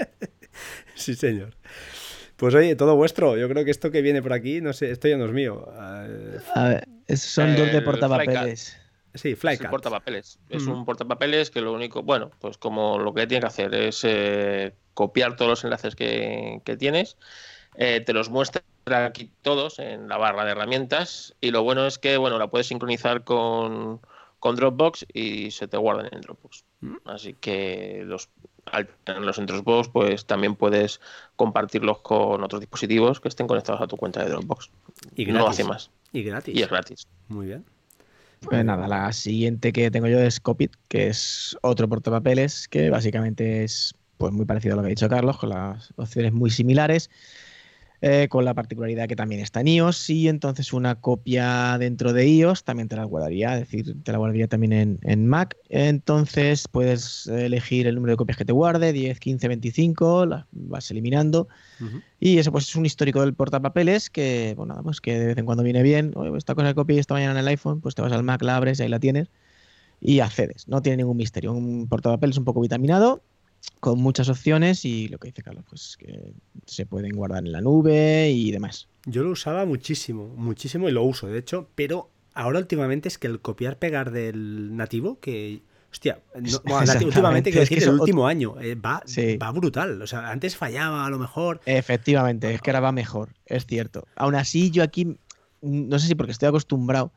Sí, señor. Pues oye, todo vuestro. Yo creo que esto que viene por aquí, no sé, esto ya no es mío. Uh, a ver, son dos de portapapeles. Sí, Flycat. Es un portapapeles. Es Mm. un portapapeles que lo único, bueno, pues como lo que tiene que hacer es eh, copiar todos los enlaces que, que tienes, eh, te los muestra aquí todos en la barra de herramientas, y lo bueno es que, bueno, la puedes sincronizar con, con Dropbox y se te guardan en Dropbox. Mm. Así que los al tenerlos en Dropbox, pues también puedes compartirlos con otros dispositivos que estén conectados a tu cuenta de Dropbox. Y gratis. No hace más. Y gratis. Y es gratis. Muy bien. Pues nada, la siguiente que tengo yo es Copit, que es otro portapapeles que básicamente es pues muy parecido a lo que ha dicho Carlos, con las opciones muy similares, eh, con la particularidad que también está en iOS, y entonces una copia dentro de iOS también te la guardaría, es decir, te la guardaría también en, en Mac. Entonces puedes elegir el número de copias que te guarde, diez, quince, veinticinco, las vas eliminando. Uh-huh. Y eso pues es un histórico del portapapeles que, bueno, nada, pues que de vez en cuando viene bien. Oye, esta cosa que copié esta mañana en el iPhone, pues te vas al Mac, la abres y ahí la tienes y accedes. No tiene ningún misterio. Un portapapeles un poco vitaminado, con muchas opciones, y lo que dice Carlos, pues que se pueden guardar en la nube y demás. Yo lo usaba muchísimo, muchísimo, y lo uso, de hecho, pero ahora últimamente es que el copiar-pegar del nativo, que... Hostia, no, bueno, nativo, últimamente, quiero decir, es que el último otro... año eh, va, sí. va brutal. O sea, antes fallaba a lo mejor. Efectivamente, oh. es que ahora va mejor, es cierto. Aún así, yo aquí, no sé si porque estoy acostumbrado,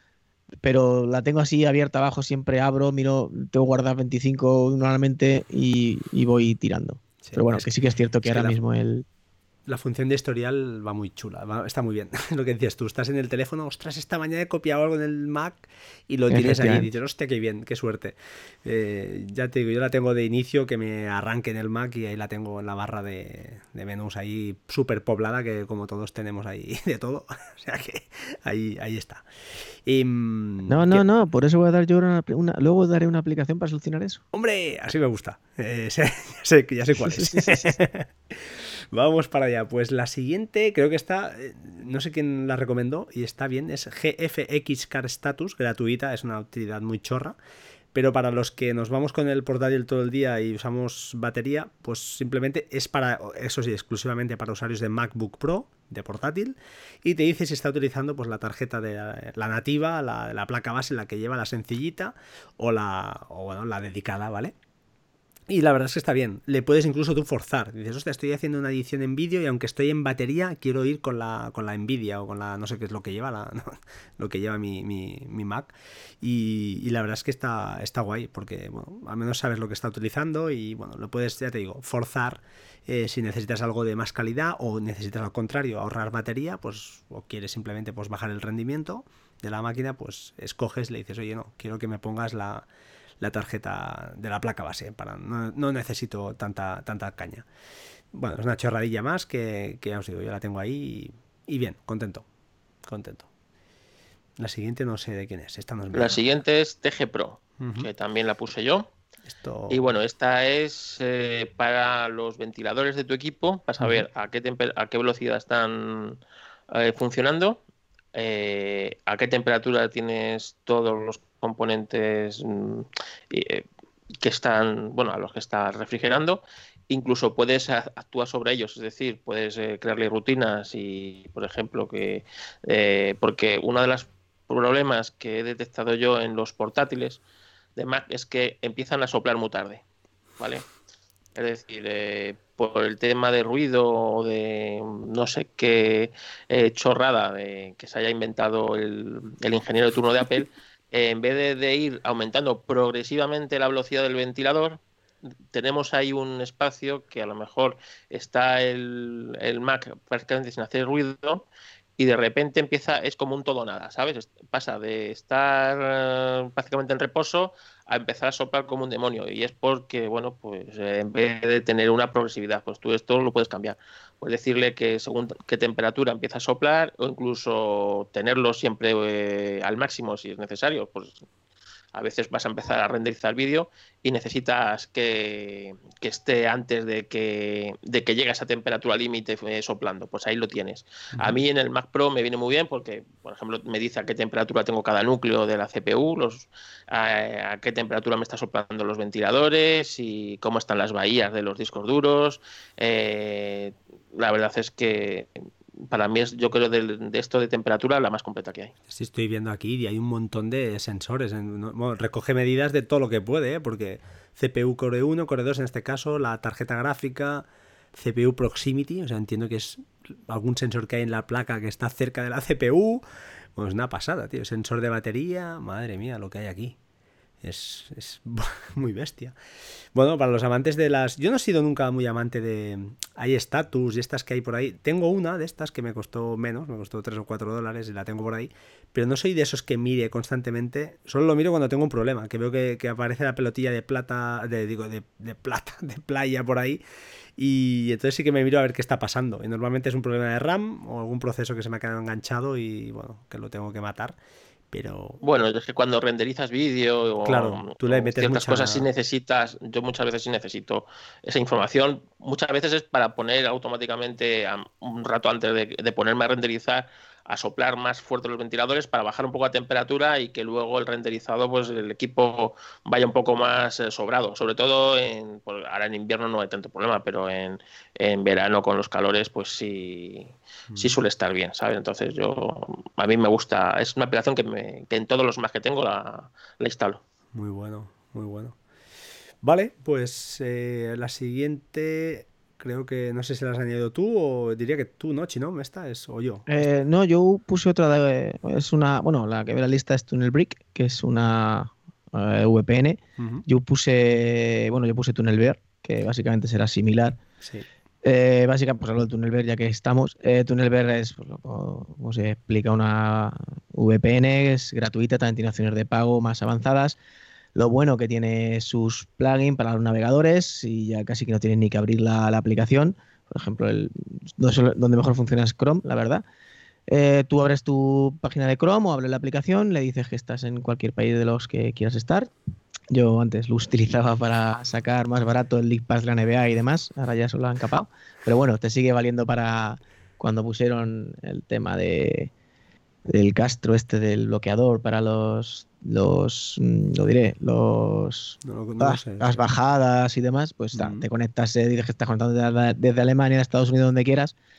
pero la tengo así abierta abajo, siempre abro, miro, tengo guardar veinticinco normalmente y, y voy tirando. Sí, pero bueno, que, que sí que es cierto que es ahora que la, mismo el... La función de historial va muy chula, va, está muy bien. Lo que decías tú, estás en el teléfono, ostras, esta mañana he copiado algo en el Mac y lo tienes ahí y dices, hostia, qué bien, qué suerte. Eh, ya te digo, yo la tengo de inicio, que me arranque en el Mac, y ahí la tengo en la barra de, de menús ahí súper poblada, que como todos tenemos ahí de todo. O sea que ahí, ahí está. Y, no, no, ¿qué? no, por eso voy a dar yo una, una, luego daré una aplicación para solucionar eso. ¡Hombre! Así me gusta. Eh, ya, sé, ya sé cuál es. Sí, sí, sí, sí. Vamos para allá. Pues la siguiente, creo que está, no sé quién la recomendó y está bien, es G F X Car Status, gratuita, es una utilidad muy chorra. Pero para los que nos vamos con el portátil todo el día y usamos batería, pues simplemente es para, eso sí, exclusivamente para usuarios de MacBook Pro, de portátil, y te dice si está utilizando pues la tarjeta de la, la nativa, la, la placa base, la que lleva la sencillita, o la, o, bueno, la dedicada, ¿vale? Y la verdad es que está bien. Le puedes incluso tú forzar. Dices, hostia, estoy haciendo una edición en vídeo y aunque estoy en batería, quiero ir con la, con la Nvidia o con la, no sé qué es lo que lleva, la, no, lo que lleva mi, mi, mi Mac. Y, y la verdad es que está, está guay, porque, bueno, al menos sabes lo que está utilizando y, bueno, lo puedes, ya te digo, forzar eh, si necesitas algo de más calidad o necesitas al contrario ahorrar batería, pues, o quieres simplemente pues bajar el rendimiento de la máquina, pues escoges, le dices, oye, no, quiero que me pongas la... la tarjeta de la placa base, para no, no necesito tanta, tanta caña. Bueno, es una chorradilla más que, que ya os digo, yo la tengo ahí y, y bien, contento, contento. La siguiente no sé de quién es, esta no es mía. La siguiente es T G Pro, uh-huh. que también la puse yo. Esto... Y bueno, esta es eh, para los ventiladores de tu equipo, para saber uh-huh. a, qué temper- a qué velocidad están eh, funcionando, eh, a qué temperatura tienes todos los componentes mm, eh, que están, bueno, a los que estás refrigerando. Incluso puedes actuar sobre ellos, es decir, puedes eh, crearle rutinas y, por ejemplo, que eh, porque uno de los problemas que he detectado yo en los portátiles de Mac es que empiezan a soplar muy tarde, ¿vale? Es decir, eh, por el tema de ruido o de no sé qué eh, chorrada de, que se haya inventado el, el ingeniero de turno de Apple, eh, en vez de, de ir aumentando progresivamente la velocidad del ventilador, tenemos ahí un espacio que a lo mejor está el, el Mac prácticamente sin hacer ruido y de repente empieza, es como un todo nada, ¿sabes? Pasa de estar uh, prácticamente en reposo a empezar a soplar como un demonio, y es porque, bueno, pues eh, en vez de tener una progresividad, pues tú esto lo puedes cambiar. Puedes decirle que según qué temperatura empieza a soplar, o incluso tenerlo siempre eh, al máximo si es necesario, pues a veces vas a empezar a renderizar el vídeo y necesitas que, que esté antes de que, de que llegue a esa temperatura límite eh, soplando. Pues ahí lo tienes. Uh-huh. A mí en el Mac Pro me viene muy bien porque, por ejemplo, me dice a qué temperatura tengo cada núcleo de la C P U, los, a, a qué temperatura me está soplando los ventiladores y cómo están las bahías de los discos duros. Eh, la verdad es que para mí es, yo creo, de, de esto de temperatura la más completa que hay. Sí, estoy viendo aquí y hay un montón de sensores. En, bueno, recoge medidas de todo lo que puede, ¿eh? Porque C P U Core uno, Core dos en este caso, la tarjeta gráfica, C P U Proximity, o sea, entiendo que es algún sensor que hay en la placa que está cerca de la C P U. Pues una pasada, tío. Sensor de batería, madre mía, lo que hay aquí. Es, es muy bestia. Bueno, para los amantes de las... Yo no he sido nunca muy amante de... Hay status y estas que hay por ahí. Tengo una de estas que me costó menos, me costó tres o cuatro dólares y la tengo por ahí. Pero no soy de esos que mire constantemente. Solo lo miro cuando tengo un problema, que veo que, que aparece la pelotilla de plata, de, digo, de, de plata, de playa por ahí. Y entonces sí que me miro a ver qué está pasando. Y normalmente es un problema de RAM o algún proceso que se me ha quedado enganchado y, bueno, que lo tengo que matar. Pero... Bueno, es que cuando renderizas vídeo o, claro, tú le metes ciertas mucha... cosas sí necesitas, yo muchas veces sí necesito esa información, muchas veces es para poner automáticamente un rato antes de, de ponerme a renderizar, a soplar más fuerte los ventiladores para bajar un poco la temperatura y que luego el renderizado, pues el equipo vaya un poco más eh, sobrado, sobre todo en, pues, ahora en invierno no hay tanto problema, pero en, en verano con los calores pues sí, mm. sí suele estar bien, ¿sabes? Entonces yo, a mí me gusta, es una aplicación que, me, que en todos los Mac que tengo la, la instalo. Muy bueno, muy bueno. Vale, pues eh, la siguiente... Creo que no sé si la has añadido tú o diría que tú, ¿no, Chino? ¿Esta es o yo? Eh, no, yo puse otra de... Es una... Bueno, la que ve la lista es TunnelBreak, que es una uh, V P N. Uh-huh. Yo puse... Bueno, yo puse TunnelBear, que básicamente será similar. Sí. Eh, básicamente, pues hablo de TunnelBear ya que estamos. Eh, TunnelBear es, pues, como se explica, una V P N, es gratuita, también tiene opciones de pago más avanzadas. Lo bueno que tiene sus plugins para los navegadores y ya casi que no tienes ni que abrir la, la aplicación. Por ejemplo, el, donde mejor funciona es Chrome, la verdad. Eh, tú abres tu página de Chrome o abres la aplicación, le dices que estás en cualquier país de los que quieras estar. Yo antes lo utilizaba para sacar más barato el League Pass de la N B A y demás, ahora ya se lo han capado. Pero bueno, te sigue valiendo para cuando pusieron el tema de... del Castro este del bloqueador para los los lo diré los no, no ah, sé, las sí. bajadas y demás, pues mm. te conectas, eh, dices que estás conectando desde, desde Alemania, Estados Unidos, donde quieras,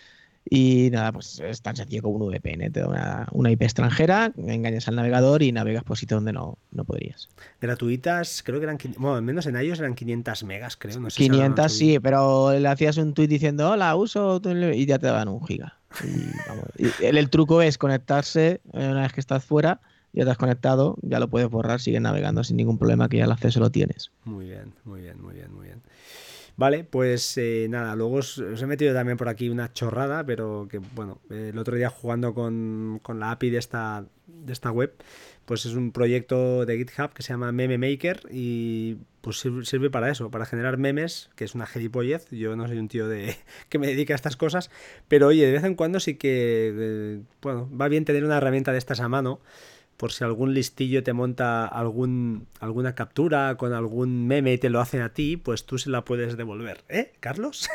Y nada, pues es tan sencillo como un V P N. Te da una, una I P extranjera, engañas al navegador y navegas por sitios donde no, no podrías. Gratuitas, creo que eran, bueno, al menos en iOS eran quinientas megas, creo. No sé quinientas si sí, pero le hacías un tweet diciendo hola, uso tu-", y ya te daban un giga. Y, vamos, y el, el truco es conectarse una vez que estás fuera, ya te has conectado, ya lo puedes borrar, sigue navegando sin ningún problema, que ya el acceso lo tienes. Muy bien, muy bien, muy bien, muy bien. Vale, pues eh, nada, luego os, os he metido también por aquí una chorrada, pero que bueno, eh, el otro día jugando con, con la A P I de esta, de esta web, pues es un proyecto de GitHub que se llama Meme Maker y pues sirve, sirve para eso, para generar memes, que es una gilipollez. Yo no soy un tío de que me dedica a estas cosas, pero oye, de vez en cuando sí que, eh, bueno, va bien tener una herramienta de estas a mano, por si algún listillo te monta algún, alguna captura con algún meme y te lo hacen a ti, pues tú se la puedes devolver. ¿Eh, Carlos?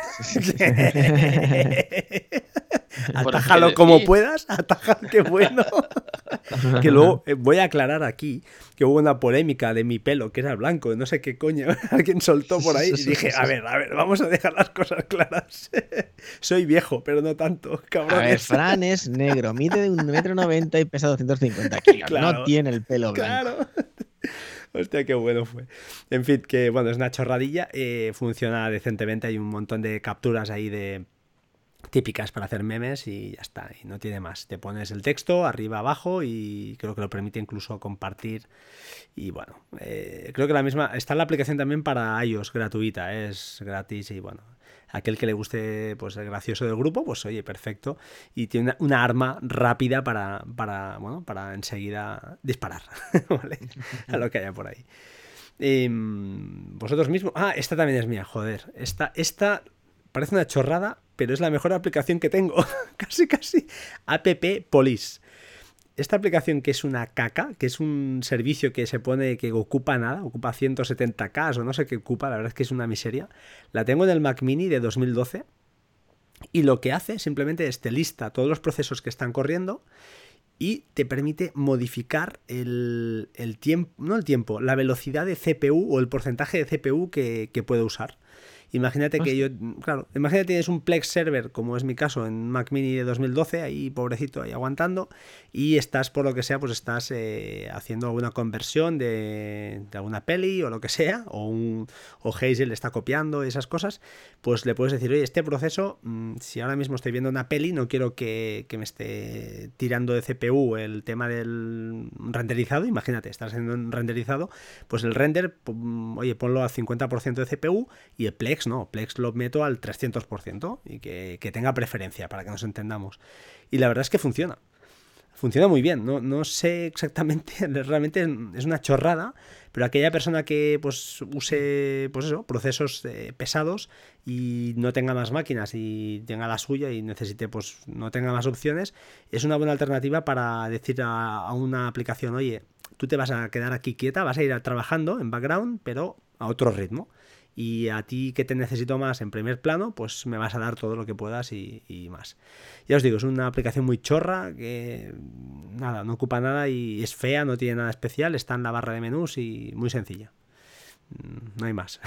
Atájalo como sí. puedas, ataja, qué bueno. Que luego eh, voy a aclarar aquí que hubo una polémica de mi pelo, que era blanco, no sé qué coño, alguien soltó por ahí y dije, a ver, a ver, vamos a dejar las cosas claras. Soy viejo, pero no tanto, cabrón. A ver, Fran es negro, mide de un metro noventa y pesa doscientos cincuenta kilos, claro, no tiene el pelo blanco. Claro. Hostia, qué bueno fue. En fin, que bueno, es una chorradilla, eh, funciona decentemente, hay un montón de capturas ahí de típicas para hacer memes y ya está, y no tiene más. Te pones el texto arriba abajo y creo que lo permite incluso compartir y bueno, eh, creo que la misma, está la aplicación también para iOS gratuita, es gratis y bueno, aquel que le guste pues el gracioso del grupo, pues oye, perfecto, y tiene una, una arma rápida para, para, bueno, para enseguida disparar, ¿vale? A lo que haya por ahí. Eh, vosotros mismos, ah, esta también es mía, joder, esta, esta parece una chorrada, pero es la mejor aplicación que tengo. casi, casi. App Police. Esta aplicación que es una caca, que es un servicio que se pone que ocupa nada, ocupa ciento setenta K o no sé qué ocupa, la verdad es que es una miseria. La tengo en el Mac Mini de dos mil doce y lo que hace simplemente es te lista todos los procesos que están corriendo y te permite modificar el, el tiempo, no el tiempo, la velocidad de C P U o el porcentaje de C P U que, que puede usar. Imagínate que yo, claro, imagínate que tienes un Plex server, como es mi caso, en Mac Mini de dos mil doce, ahí pobrecito, ahí aguantando, y estás, por lo que sea, pues estás eh, haciendo alguna conversión de, de alguna peli o lo que sea, o, un, o Hazel está copiando esas cosas, pues le puedes decir, oye, este proceso, mmm, si ahora mismo estoy viendo una peli, no quiero que, que me esté tirando de C P U el tema del renderizado, imagínate, estás haciendo un renderizado, pues el render, oye, ponlo al cincuenta por ciento de C P U y el Plex no, Plex lo meto al trescientos por ciento y que, que tenga preferencia para que nos entendamos. Y la verdad es que funciona. Funciona muy bien. No, no sé exactamente, realmente es una chorrada, pero aquella persona que pues use pues eso, procesos eh, pesados y no tenga más máquinas y tenga la suya y necesite pues no tenga más opciones, es una buena alternativa para decir a, a una aplicación, oye, tú te vas a quedar aquí quieta, vas a ir trabajando en background, pero a otro ritmo. Y a ti que te necesito más en primer plano, pues me vas a dar todo lo que puedas y, y más. Ya os digo, es una aplicación muy chorra, que nada, no ocupa nada y es fea, no tiene nada especial, está en la barra de menús y muy sencilla. No hay más.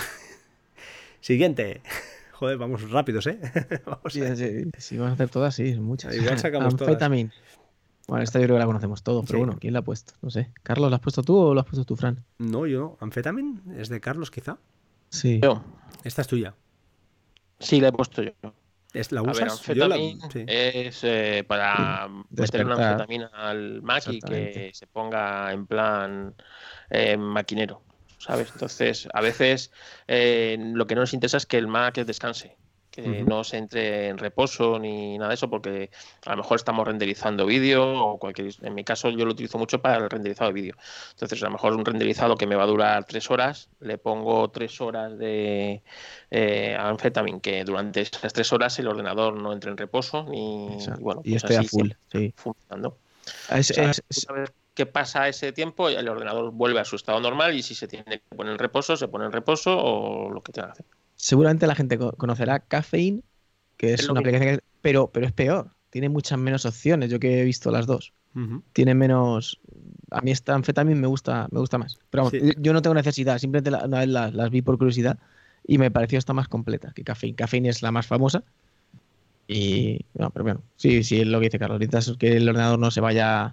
Siguiente. Joder, vamos rápidos, ¿eh? Vamos sí, a... sí, sí, vamos a hacer todas, sí, muchas. Igual sacamos Anfetamine. Todas. Bueno, esta yo creo que la conocemos todos, pero sí. Bueno, ¿quién la ha puesto? No sé. ¿Carlos la has puesto tú o la has puesto tú, Fran? No, yo no. ¿Anfetamine? ¿Es de Carlos, quizá? Sí. Yo. Esta es tuya. Sí, la he puesto yo. ¿Es, ¿La usas? A ver, anfetamine la... sí. es eh, para Despertar. meter una anfetamina al Mac y que se ponga en plan eh, maquinero, ¿sabes? Entonces, a veces eh, lo que no nos interesa es que el Mac descanse, que uh-huh. no se entre en reposo ni nada de eso, porque a lo mejor estamos renderizando vídeo o cualquier... En mi caso yo lo utilizo mucho para el renderizado de vídeo. Entonces a lo mejor un renderizado que me va a durar tres horas, le pongo tres horas de eh, anfetamine, que durante esas tres horas el ordenador no entre en reposo ni... Exacto. Bueno, y pues estoy así a full, sí. funcionando. Es, o sea, es, es... sabes qué pasa ese tiempo y el ordenador vuelve a su estado normal y si se tiene que poner en reposo, se pone en reposo o lo que tenga que hacer. Seguramente la gente conocerá Caffeine, que es, es una aplicación que... pero, pero es peor, tiene muchas menos opciones, yo que he visto las dos. Uh-huh. Tiene menos... A mí esta anfetamine me gusta, me gusta más. Pero vamos, sí. Yo no tengo necesidad, simplemente la, una vez las, las vi por curiosidad y me pareció esta más completa que Caffeine. Caffeine es la más famosa Y, no, pero bueno, sí, sí, es lo que dice Carlos. Necesitas que el ordenador no se vaya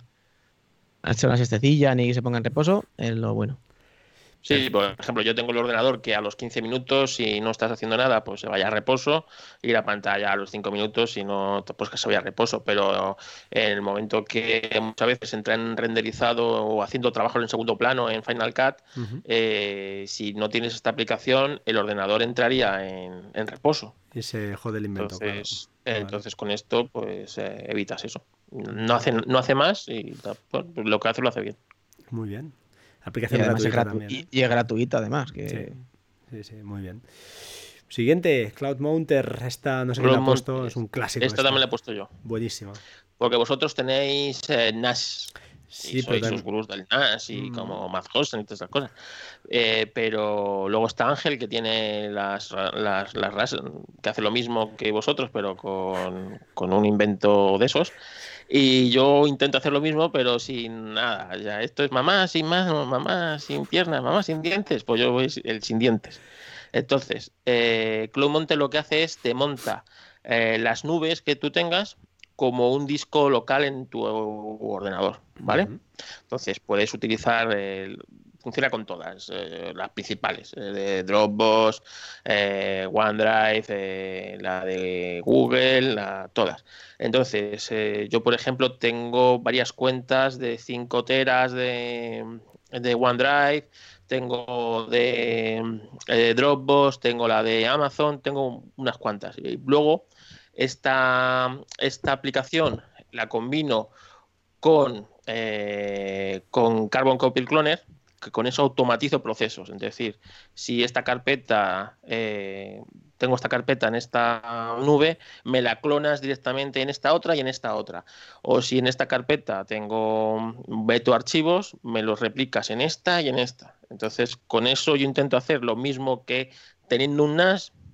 a echar una siestecilla ni que se ponga en reposo, es lo bueno. Sí, por ejemplo, yo tengo el ordenador que a los quince minutos, si no estás haciendo nada, pues se vaya a reposo, y la pantalla a los cinco minutos, si no, pues que se vaya a reposo. Pero en el momento que muchas veces entra en renderizado o haciendo trabajo en segundo plano en Final Cut, Uh-huh. eh, si no tienes esta aplicación, el ordenador entraría en, en reposo. Y se jode el invento, Entonces, claro. entonces con esto, pues eh, evitas eso. No hace, no hace más y bueno, lo que hace lo hace bien. Muy bien. Y Aplicación además es, gratuita gratu también, ¿eh? y, y es gratuita, además. Que... Sí, sí, sí, muy bien. Siguiente, Cloud Mounter. Esta, no sé quién la ha Cloud puesto, Mountain, es un clásico. esta Esta. también la he puesto yo. Buenísima. Porque vosotros tenéis eh, N A S y Sí, pero sois sus también. gurús del N A S y Mm, como Matt Hosten y todas esas cosas. Eh, pero luego está Ángel, que tiene las, las, las RAS, que hace lo mismo que vosotros, pero con, con un invento de esos. Y yo intento hacer lo mismo, pero sin nada. Ya, esto es mamá sin manos, mamá sin piernas, mamá sin dientes. Pues yo voy el sin dientes. Entonces, eh, CloudMonte lo que hace es te monta eh, las nubes que tú tengas como un disco local en tu ordenador, ¿vale? uh-huh. Entonces puedes utilizar, eh, funciona con todas, eh, las principales, eh, de Dropbox, eh, OneDrive, eh, la de Google, la, todas. Entonces, eh, yo por ejemplo tengo varias cuentas de cinco teras de, de OneDrive, tengo de eh, Dropbox, tengo la de Amazon, tengo unas cuantas. Y luego esta, esta aplicación la combino con, eh, con Carbon Copy Cloner, que con eso automatizo procesos. Es decir, si esta carpeta, eh, tengo esta carpeta en esta nube, me la clonas directamente en esta otra y en esta otra. O si en esta carpeta tengo veto archivos, me los replicas en esta y en esta. Entonces, con eso yo intento hacer lo mismo que teniendo un N A S,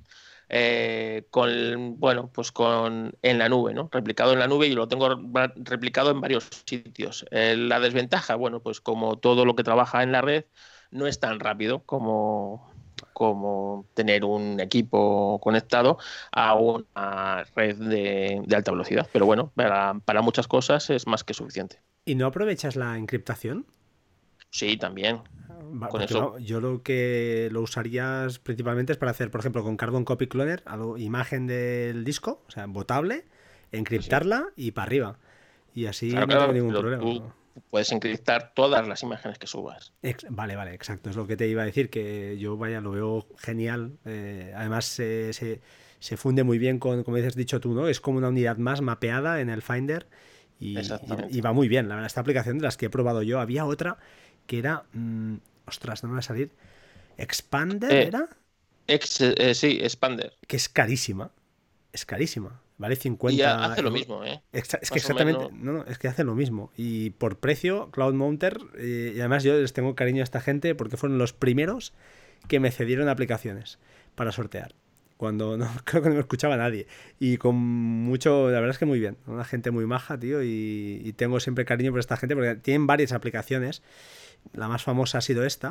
eh, con, bueno, pues con, en la nube, ¿no? Replicado en la nube y lo tengo replicado en varios sitios. Eh, la desventaja, bueno, pues como todo lo que trabaja en la red, no es tan rápido como, como tener un equipo conectado a una red de, de alta velocidad. Pero bueno, para, para muchas cosas es más que suficiente. ¿Y no aprovechas la encriptación? Sí, también. Va, Con porque eso. no, yo lo que lo usarías principalmente es para hacer, por ejemplo, con Carbon Copy Cloner, algo, imagen del disco, o sea, botable, encriptarla y para arriba. Y así Claro, no tengo claro, ningún pero problema. tú puedes encriptar todas las imágenes que subas. Ex- vale, vale, exacto. Es lo que te iba a decir, que yo, vaya, lo veo genial. Eh, además, se, se, se funde muy bien con, como dices, dicho tú, ¿no? Es como una unidad más mapeada en el Finder y, y, y va muy bien. La verdad, esta aplicación de las que he probado yo, había otra que era... Mmm, ostras, no me va a salir. ¿Expander Eh, era? ex, eh, sí, Expander. Que es carísima. Es carísima. Vale Y cincuenta hace lo euros. mismo, ¿eh? Exa- es que Más o exactamente. menos. No, no, es que hace lo mismo. Y por precio, Cloud Mounter. Eh, y además, yo les tengo cariño a esta gente porque fueron los primeros que me cedieron aplicaciones para sortear. Cuando no creo que no me escuchaba nadie. Y con mucho. La verdad es que muy bien. Una gente muy maja, tío. Y, y tengo siempre cariño por esta gente porque tienen varias aplicaciones. La más famosa ha sido esta.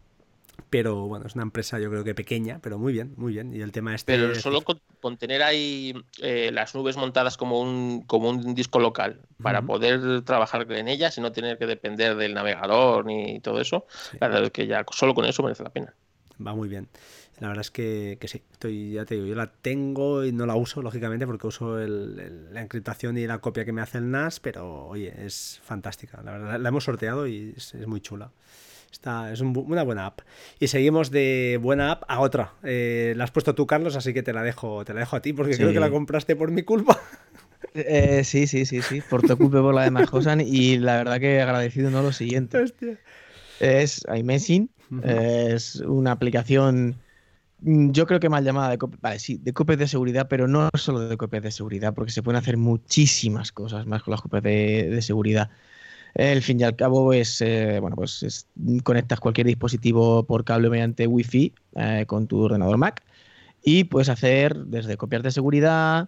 Pero bueno, es una empresa yo creo que pequeña, pero muy bien, muy bien. Y el tema este... Pero solo con, con tener ahí eh, las nubes montadas como un, como un disco local para uh-huh. poder trabajar en ellas y no tener que depender del navegador ni todo eso, Sí. la verdad es que ya solo con eso merece la pena. Va muy bien. La verdad es que, que sí, estoy, ya te digo, yo la tengo y no la uso, lógicamente, porque uso el, el, la encriptación y la copia que me hace el N A S, pero oye, es fantástica. La verdad, la hemos sorteado y es, es muy chula. Esta es un, una buena app. Y seguimos de buena app a otra. Eh, la has puesto tú, Carlos, así que te la dejo, te la dejo a ti, porque sí. Creo que la compraste por mi culpa. Eh, sí, sí, sí, sí. Por tu culpa, por la de Matt Hosten, y la verdad que agradecido no lo siguiente. Hostia. Es iMessing. Uh-huh. Es una aplicación, yo creo que mal llamada de copias, vale, sí, de copias de seguridad, pero no solo de copias de seguridad, porque se pueden hacer muchísimas cosas más con las copias de, de seguridad. El fin y al cabo es, eh, bueno, pues es, conectas cualquier dispositivo por cable mediante Wi-Fi eh, con tu ordenador Mac y puedes hacer desde copias de seguridad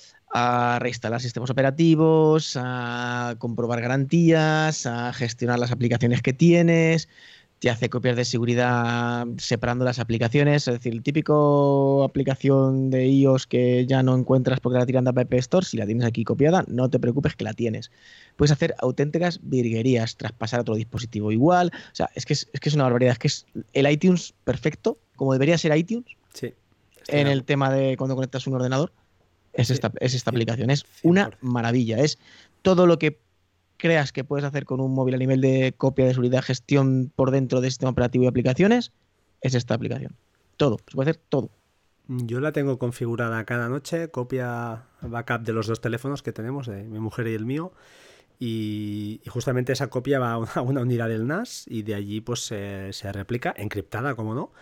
a reinstalar sistemas operativos, a comprobar garantías, a gestionar las aplicaciones que tienes. te hace copias de seguridad separando las aplicaciones, es decir, el típico aplicación de iOS que ya no encuentras porque la tiran de App Store, si la tienes aquí copiada, no te preocupes que la tienes. Puedes hacer auténticas virguerías, traspasar a otro dispositivo igual, o sea, es que es, es que es una barbaridad, es que es el iTunes perfecto, como debería ser iTunes, sí, en el tema de cuando conectas un ordenador, es, Sí, esta, es esta cien- aplicación, es cien por una ciento. maravilla, es todo lo que creas que puedes hacer con un móvil a nivel de copia de seguridad, gestión por dentro del sistema operativo y aplicaciones, es esta aplicación. Todo, se puede hacer todo. Yo la tengo configurada cada noche, copia backup de los dos teléfonos que tenemos, de mi mujer y el mío, y, y justamente esa copia va a una, a una unidad del N A S y de allí pues se, se replica, encriptada, como no,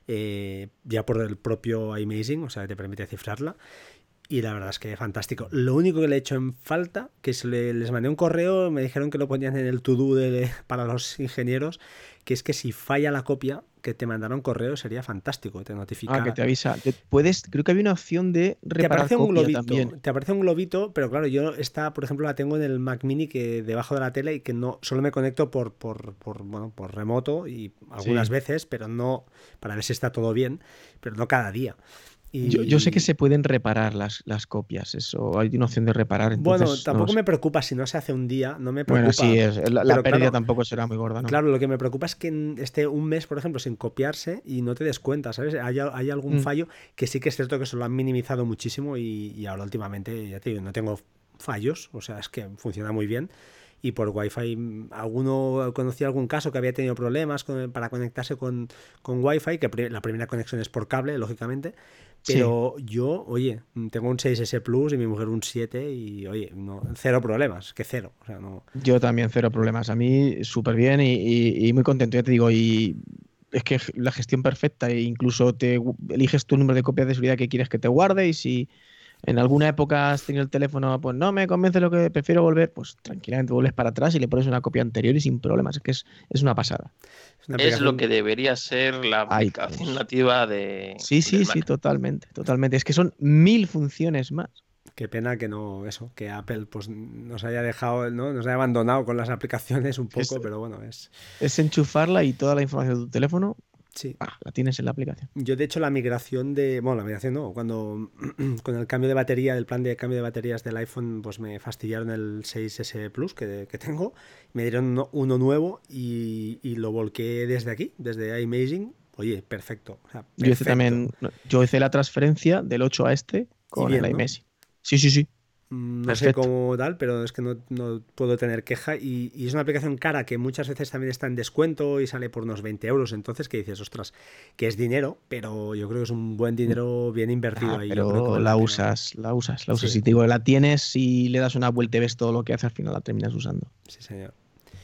eh, ya por el propio iMazing, o sea, que te permite cifrarla. Y la verdad es que fantástico. Lo único que le he hecho en falta, que se le, les mandé un correo, me dijeron que lo ponían en el to-do de, para los ingenieros, que es que si falla la copia, que te mandaron correo sería fantástico, te notifica. Ah, que te avisa. Te puedes, creo que había una opción de Te reparar aparece un copia globito, también. te aparece un globito, pero claro, yo esta, por ejemplo, la tengo en el Mac Mini que debajo de la tele y que no solo me conecto por, por, por, bueno, por remoto y algunas Sí. veces, pero no para ver si está todo bien, pero no cada día. Y... Yo, yo sé que se pueden reparar las, las copias, eso, hay una opción de reparar, entonces... Bueno, tampoco no sé. me preocupa si no se hace un día, no me Bueno, preocupa. sí, es, la, la pero pérdida claro, tampoco será muy gorda, ¿no? Claro, lo que me preocupa es que esté un mes, por ejemplo, sin copiarse y no te des cuenta, ¿sabes? Hay, hay algún Mm. fallo que sí que es cierto que se lo han minimizado muchísimo y, y ahora últimamente, ya te digo, no tengo fallos, o sea, es que funciona muy bien. Y por Wi-Fi, alguno conocía algún caso que había tenido problemas con, para conectarse con, con Wi-Fi, que pri- la primera conexión es por cable, lógicamente. Pero sí. Yo, oye, tengo un seis ese Plus y mi mujer un siete y, oye, no, cero problemas, que cero. O sea, no... Yo también cero problemas. A mí súper bien y, y, y muy contento, ya te digo. Y es que la gestión perfecta e incluso te eliges tu número de copias de seguridad que quieres que te guarde y si en alguna época has tenido el teléfono, pues no me convence lo que prefiero volver, pues tranquilamente vuelves para atrás y le pones una copia anterior y sin problemas. Es que es, es una pasada. Es, una aplicación... es lo que debería ser la aplicación Ay, pues. nativa de. Sí, sí, sí, totalmente, totalmente. Es que son mil funciones más. Qué pena que no, eso, que Apple pues nos haya dejado, ¿no? Nos haya abandonado con las aplicaciones un poco, es, pero bueno, es. Es enchufarla y toda la información de tu teléfono. Sí. Ah, la tienes en la aplicación. Yo, de hecho, la migración de. Bueno, la migración no. Cuando. Con el cambio de batería, el plan de cambio de baterías del iPhone, pues me fastidiaron el seis ese Plus que, que tengo. Me dieron uno, uno nuevo y, y lo volqué desde aquí, desde iMazing. Oye, perfecto. O sea, perfecto. Yo hice también. Yo hice la transferencia del ocho a este con bien, el iMazing. ¿No? Sí, sí, sí. No Perfecto. sé cómo tal, pero es que no, no puedo tener queja y, y es una aplicación cara que muchas veces también está en descuento y sale por unos veinte euros, entonces que dices, ostras, que es dinero, pero yo creo que es un buen dinero bien invertido ah, ahí. Pero yo creo que la, la usas, la usas, la usas. Sí. Si te digo que la tienes y le das una vuelta y ves todo lo que hace, al final la terminas usando. Sí, señor.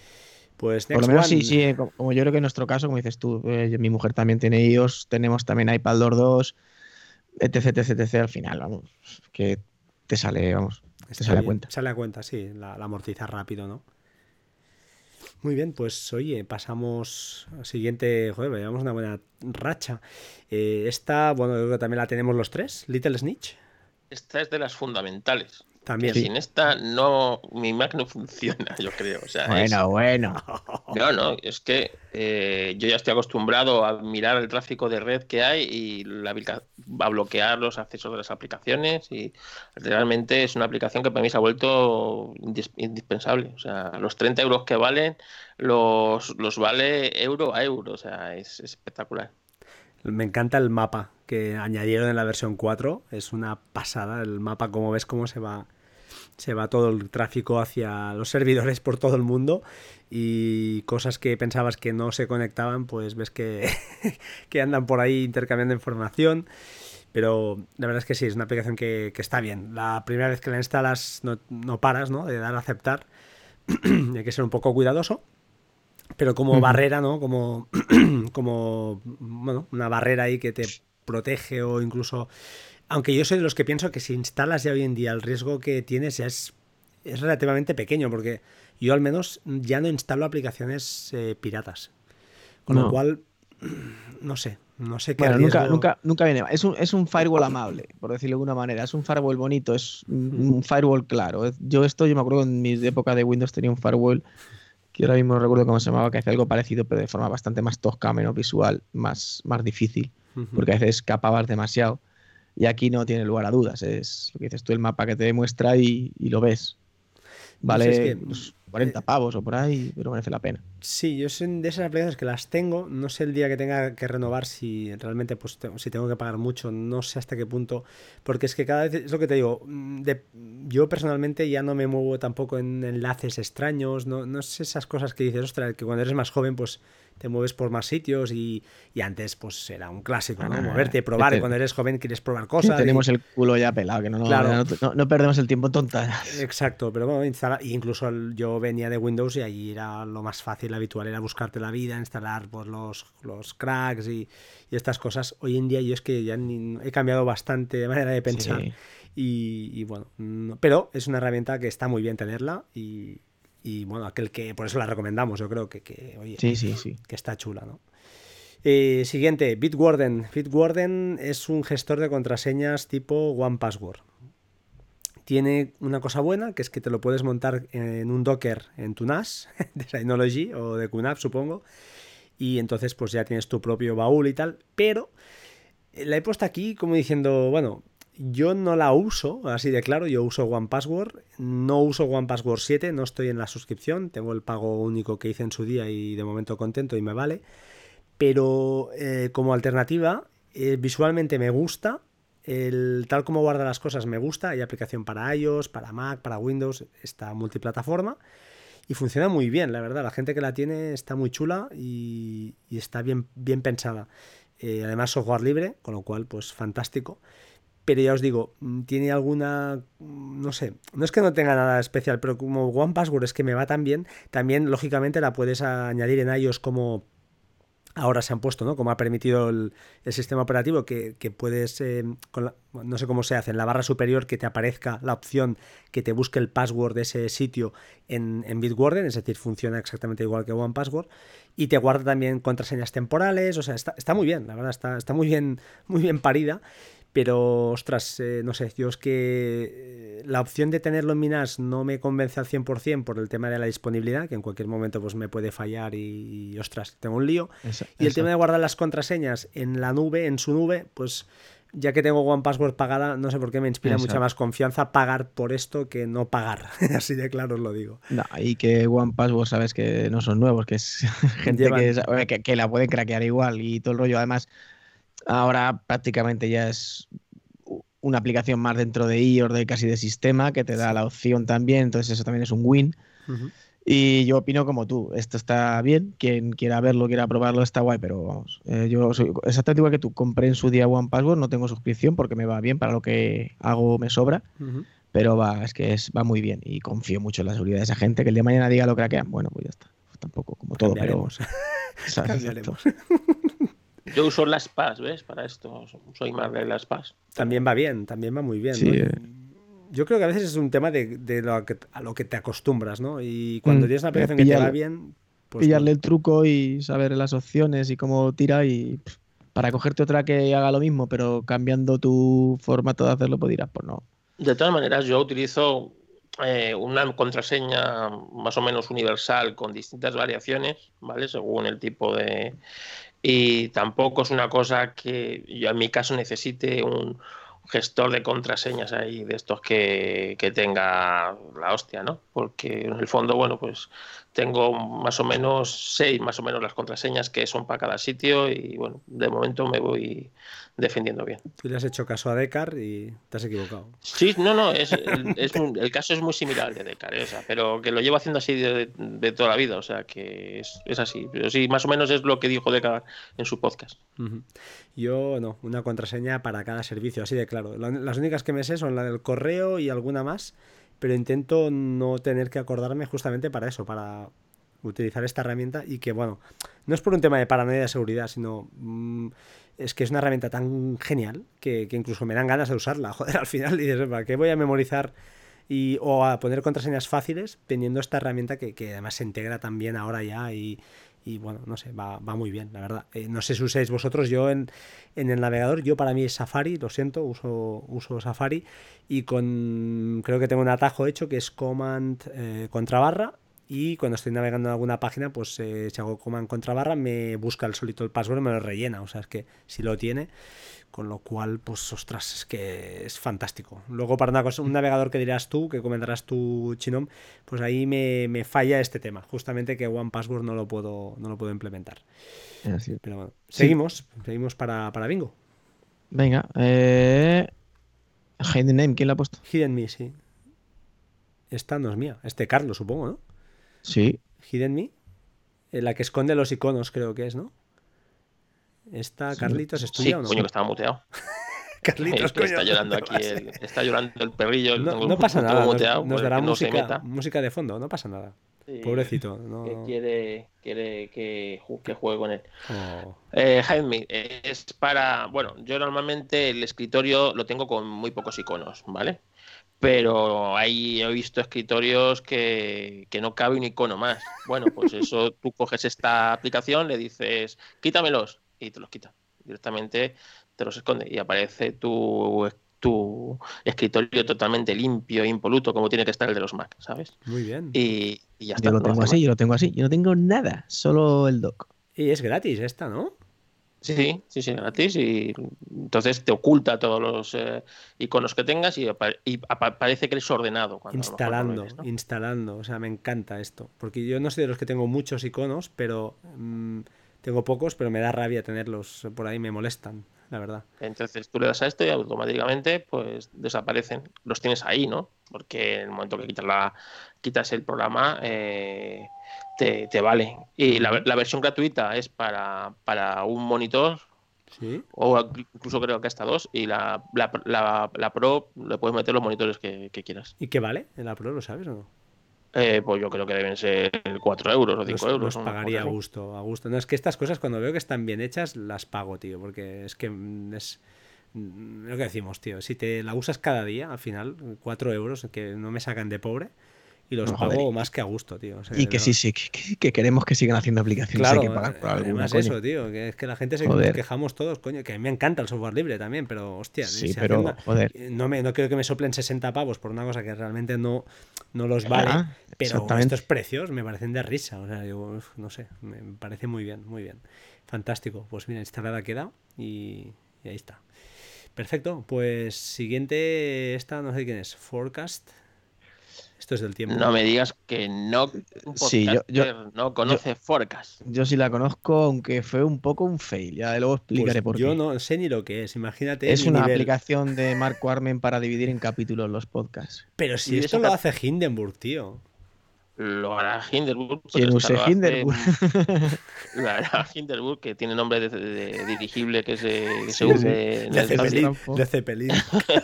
Pues por lo menos one. sí, sí, como yo creo que en nuestro caso, como dices tú, eh, mi mujer también tiene iOS, tenemos también iPadOS dos, etc, etc, etc, al final, vamos, que te sale, vamos, te Está sale bien. a cuenta. Sale a cuenta, sí, la, la amortiza rápido, ¿no? Muy bien, pues oye, pasamos al siguiente, joder, llevamos una buena racha. Eh, esta, bueno, yo creo que también la tenemos los tres, Little Snitch. Esta es de las fundamentales. También. Sí. Sin esta, no, mi Mac no funciona, yo creo. O sea, bueno, es... bueno. No, no, es que eh, yo ya estoy acostumbrado a mirar el tráfico de red que hay y la, a bloquear los accesos de las aplicaciones y realmente es una aplicación que para mí se ha vuelto indispensable. O sea, los treinta euros que valen los, los vale euro a euro. O sea, es, es espectacular. Me encanta el mapa que añadieron en la versión cuatro. Es una pasada el mapa, como ves cómo se va se va todo el tráfico hacia los servidores por todo el mundo y cosas que pensabas que no se conectaban, pues ves que, que andan por ahí intercambiando información. Pero la verdad es que sí, es una aplicación que, que está bien. La primera vez que la instalas no, no paras, ¿no?, de dar a aceptar. Hay que ser un poco cuidadoso. Pero como uh-huh. barrera, ¿no? Como, como bueno, una barrera ahí que te protege o incluso... Aunque yo soy de los que pienso que si instalas ya hoy en día el riesgo que tienes ya es, es relativamente pequeño, porque yo al menos ya no instalo aplicaciones eh, piratas. Con no. lo cual, no sé, no sé qué bueno, riesgo... nunca, nunca, nunca viene mal. Es un, es un firewall amable, por decirlo de alguna manera. Es un firewall bonito, es un, un firewall claro. Yo esto, yo me acuerdo en mi época de Windows tenía un firewall que ahora mismo no recuerdo cómo se llamaba, que hace algo parecido, pero de forma bastante más tosca, menos visual, más, más difícil, Ujú. porque a veces escapabas demasiado. Y aquí no tiene lugar a dudas, es lo que dices tú, el mapa que te demuestra y, y lo ves. No sé, es Vale que unos eh, cuarenta pavos o por ahí, pero merece la pena. sí, yo soy de esas aplicaciones que las tengo, no sé el día que tenga que renovar si realmente pues te- si tengo que pagar mucho, no sé hasta qué punto, porque es que cada vez es lo que te digo, mm, de- yo personalmente ya no me muevo tampoco en enlaces extraños, no, no es esas cosas que dices, ostras, que cuando eres más joven pues te mueves por más sitios y, y antes pues era un clásico, Ah, ¿no? no, no, no, Moverte y que, probar y te- cuando eres joven quieres probar que cosas y tenemos el culo ya pelado, que no, no, claro. no, no- no perdemos el tiempo en tontadas. Exacto, pero bueno, instala, e incluso el- yo venía de Windows y allí era lo más fácil, habitual, era buscarte la vida, instalar pues, los, los cracks y, y estas cosas. Hoy en día yo es que ya ni- he cambiado bastante de manera de pensar Sí, y, y bueno, no- pero es una herramienta que está muy bien tenerla y, y, bueno, aquel que, por eso la recomendamos, yo creo que, que oye, sí, sí, sí. que está chula, ¿no? Eh, siguiente, Bitwarden. Bitwarden es un gestor de contraseñas tipo One Password. Tiene una cosa buena, que es que te lo puedes montar en un Docker en tu N A S, de Synology o de Q NAP, supongo, y entonces pues ya tienes tu propio baúl y tal, pero la he puesto aquí como diciendo, bueno, yo no la uso, así de claro, yo uso One Password, no uso One Password siete, no estoy en la suscripción, tengo el pago único que hice en su día y de momento contento y me vale, pero eh, como alternativa, eh, visualmente me gusta, el tal como guarda las cosas me gusta, hay aplicación para iOS, para Mac, para Windows, está multiplataforma y funciona muy bien, la verdad, la gente que la tiene está muy chula y, y está bien, bien pensada. Eh, además software libre, con lo cual pues fantástico. Pero ya os digo, tiene alguna, no sé, no es que no tenga nada especial, pero como One Password es que me va tan bien, también lógicamente la puedes añadir en iOS como ahora se han puesto, ¿no? Como ha permitido el, el sistema operativo que, que puedes, eh, con la, no sé cómo se hace, en la barra superior que te aparezca la opción que te busque el password de ese sitio en, en Bitwarden, es decir, funciona exactamente igual que One Password y te guarda también contraseñas temporales, o sea, está, está muy bien, la verdad, está, está muy bien, muy bien parida. Pero, ostras, eh, no sé, yo es que la opción de tenerlo en mi N A S no me convence al cien por ciento por el tema de la disponibilidad, que en cualquier momento pues me puede fallar y, y ostras, tengo un lío. Esa- Y el tema de exacto. guardar las contraseñas en la nube, en su nube, pues ya que tengo One Password pagada, no sé por qué me inspira mucha más Exacto. confianza pagar por esto que no pagar. Así de claro os lo digo. No, y que One Password sabes que no son nuevos, que es gente que, Llevan... es- que, que la puede craquear igual y todo el rollo. Además, ahora prácticamente ya es u- una aplicación más dentro de iOS, de casi de sistema, que te da Sí. la opción también, entonces eso también es un win. Ujú. Y yo opino como tú, esto está bien, quien quiera verlo, quiera probarlo, está guay, pero vamos, eh, yo soy exactamente igual que tú, compré en su día One Password, no tengo suscripción porque me va bien, para lo que hago me sobra, Ujú. pero va, es que es, va muy bien y confío mucho en la seguridad de esa gente, que el día de mañana diga lo craquean, bueno, pues ya está, pues tampoco como todo, pero, Cambiaremos. ¿sabes? Exacto. Cambiaremos. Yo uso las P A S, ¿ves? Para esto. Soy más de las P A S. También va bien, también va muy bien, ¿no? Sí, eh, Y yo creo que a veces es un tema de, de lo que, a lo que te acostumbras, ¿no? Y cuando mm, tienes una eh, aplicación que te va pillarle, bien, pues pillarle bueno. el truco y saber las opciones y cómo tira y pff, para cogerte otra que haga lo mismo, pero cambiando tu formato de hacerlo, pues dirás, pues no. De todas maneras, yo utilizo eh, una contraseña más o menos universal con distintas variaciones, ¿vale? Según el tipo de... Y tampoco es una cosa que yo en mi caso necesite un gestor de contraseñas ahí de estos que, que tenga la hostia, ¿no? Porque en el fondo, bueno, pues tengo más o menos seis, más o menos las contraseñas que son para cada sitio y bueno, de momento me voy defendiendo bien. Tú le has hecho caso a Decar y te has equivocado. Sí, no, no, es, es muy- el caso es muy similar al de Decar, ¿eh? O sea, pero que lo llevo haciendo así de, de toda la vida, o sea, que es, es así. Pero sí, más o menos es lo que dijo Decar en su podcast. Ujú. Yo no, una contraseña para cada servicio, así de claro. La- Las únicas que me sé son la del correo y alguna más, pero intento no tener que acordarme justamente para eso, para utilizar esta herramienta y que, bueno, no es por un tema de paranoia de seguridad, sino mm, es que es una herramienta tan genial que, que incluso me dan ganas de usarla. Joder, al final dices, ¿para qué voy a memorizar y, o a poner contraseñas fáciles teniendo esta herramienta que, que además se integra tan bien ahora ya y, y bueno, no sé, va, va muy bien, la verdad. Eh, no sé si usáis vosotros, yo en, en el navegador, yo para mí es Safari, lo siento, uso, uso Safari y con creo que tengo un atajo hecho que es Command eh, contra barra y cuando estoy navegando en alguna página, pues eh, si hago command contra barra, me busca el solito el password y me lo rellena. O sea, es que si lo tiene, con lo cual, pues ostras, es que es fantástico. Luego, para una cosa, un navegador que dirás tú, que comentarás tú, Chinom, pues ahí me, me falla este tema, justamente que One Password no lo puedo, no lo puedo implementar. Así. Pero bueno, Sí. seguimos, seguimos para, para Bingo. Venga, eh... Hidden Name, ¿quién la ha puesto? Hidden Me, sí. Esta no es mía, este Carlos, supongo, ¿no? Sí. Hidden Me, eh, la que esconde los iconos, creo que es, ¿no? Esta, Carlitos, ¿es tuya Sí, o no? coño, que estaba muteado. Carlitos, coño. Está llorando aquí, el, está llorando el perrillo. No, tengo, no pasa nada, nos, muteado, nos dará que no se música, meta. música de fondo, no pasa nada. Sí, Pobrecito. No... Que quiere, quiere que, que juegue con él. Oh. Eh, Jaime, es para... Bueno, yo normalmente el escritorio lo tengo con muy pocos iconos, ¿vale? Pero ahí he visto escritorios que, que no cabe un icono más. Bueno, pues eso, tú coges esta aplicación, le dices, quítamelos, y te los quita. Directamente te los esconde y aparece tu, tu escritorio totalmente limpio, impoluto, como tiene que estar el de los Mac, ¿sabes? Muy bien. Y, y ya está. Yo lo no tengo hace así, más. yo lo tengo así. Yo no tengo nada, solo el dock. Y es gratis esta, ¿no? Sí, sí, sí, gratis. Y entonces te oculta todos los eh, iconos que tengas y, apa- y apa- parece que eres ordenado. Cuando a lo mejor no lo Instalando, eres, ¿no? instalando. O sea, me encanta esto. Porque yo no soy de los que tengo muchos iconos, pero mmm, tengo pocos, pero me da rabia tenerlos por ahí, me molestan, la verdad. Entonces tú le das a esto y automáticamente pues desaparecen. Los tienes ahí, ¿no? Porque en el momento que quitas, la, quitas el programa eh, te, te vale. Y la, la versión gratuita es para, para un monitor. ¿Sí? O incluso creo que hasta dos. Y la, la, la, la Pro le puedes meter los monitores que, que quieras. ¿Y qué vale en la Pro, lo sabes o no? Eh, pues yo creo que deben ser cuatro euros o cinco Los, euros. los ¿no? pagaría a gusto, a gusto. No, es que estas cosas cuando veo que están bien hechas, las pago, tío. Porque es que mm, es mm, lo que decimos, tío. Si te la usas cada día, al final, cuatro euros que no me sacan de pobre. Y los No, pago joder. más que a gusto, tío. O sea, Y que sí, sí, que, que queremos que sigan haciendo aplicaciones. claro, Hay que pagar por alguna, además coño. eso, tío, que es que la gente se nos Joder. quejamos todos, coño, que a mí me encanta el software libre también, pero hostia, Sí, si pero, hacen una- joder. no me no quiero que me soplen sesenta pavos por una cosa que realmente no, no los vale, Ah, pero exactamente. estos precios me parecen de risa, o sea, digo, uf, no sé, me parece muy bien, muy bien. Fantástico. Pues mira, instalada queda y, y ahí está. Perfecto, pues siguiente esta, no sé quién es, Forecast. Esto es del tiempo. No me digas que no un Sí, yo- yo- podcaster no conoce Forecast. Yo sí la conozco, aunque fue un poco un fail. Ya luego explicaré Pues por yo qué. no sé ni lo que es, imagínate Es mi una nivel. aplicación de Marco Armen para dividir en capítulos los podcasts. Pero si Y esto esa lo cap- hace Hindenburg, tío. Lo hará Hindenburg. ¿Quién pero use esta lo hace- Hindenburg? Lo hará Hindenburg, que tiene nombre de, de- de dirigible que se, que se Sí, hunde en De el Titanic. Zeppelin. trampo. De Zeppelin.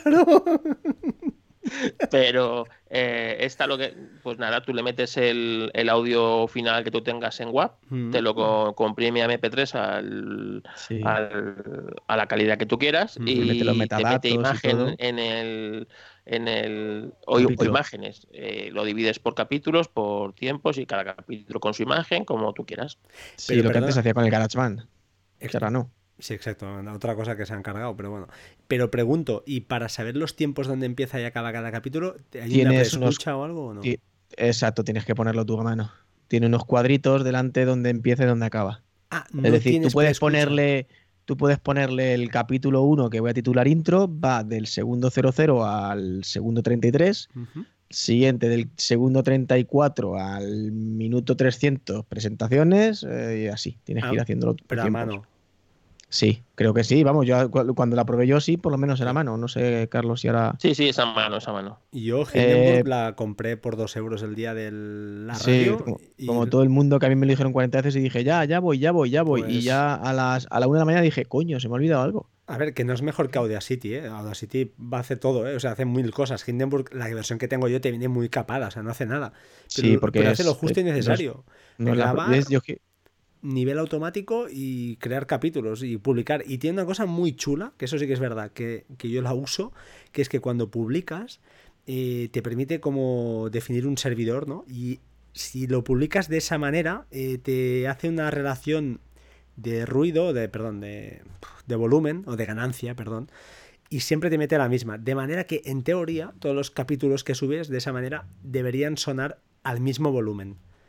Pero eh, esta lo que, pues nada, tú le metes el, el audio final que tú tengas en W A V, Mm. te lo co- comprime a eme pe tres al, Sí. al- a la calidad que tú quieras Mm. y Le mete los te metadatos mete y imagen todo. en el en el o, o Capítulo. imágenes. Eh, lo divides por capítulos, por tiempos y cada capítulo con su imagen, como tú quieras. Sí, Pero lo que perdona. antes se hacía con el GarageBand. Que ahora no. Sí, exacto. Otra cosa que se han cargado, pero bueno. Pero pregunto, ¿y para saber los tiempos donde empieza y acaba cada capítulo, ¿hay una Tienes unos- preescucha o algo o no? Ti- Exacto, tienes que ponerlo tú a mano. Tiene unos cuadritos delante donde empieza y donde acaba. Ah, Es no decir, tú tienes puedes preescucha. ponerle, tú puedes ponerle el capítulo uno que voy a titular intro, va del segundo cero cero al segundo treinta y tres, Ujú. siguiente del segundo treinta y cuatro al minuto trescientos presentaciones, eh, y así. Tienes Ah, que ir haciéndolo por Pero a tiempos. mano. Sí, creo que sí. Vamos, yo cu- cuando la probé yo sí, por lo menos era a mano. No sé, Carlos, si ahora... Sí, sí, esa mano, esa mano. Y yo Hindenburg Eh, la compré por dos euros el día de la Sí, radio. como, y como todo el mundo, que a mí me lo dijeron cuarenta veces y dije, ya, ya voy, ya voy, ya voy. Pues- Y ya a las a la una de la mañana dije, coño, se me ha olvidado algo. A ver, que no es mejor que Audacity, ¿eh? Audacity va a hacer todo, ¿eh? O sea, hace mil cosas. Hindenburg, la versión que tengo yo, te viene muy capada, o sea, no hace nada. Pero, Sí, porque pero hace es- lo justo y eh, no es- necesario. No es la- Grabar, es- yo que- nivel automático y crear capítulos y publicar. Y tiene una cosa muy chula, que eso sí que es verdad, que, que yo la uso, que es que cuando publicas, eh, te permite como definir un servidor, ¿no? Y si lo publicas de esa manera, eh, te hace una relación de ruido, de, perdón, de, de volumen o de ganancia, perdón, y siempre te mete la misma. De manera que, en teoría, todos los capítulos que subes de esa manera deberían sonar al mismo volumen.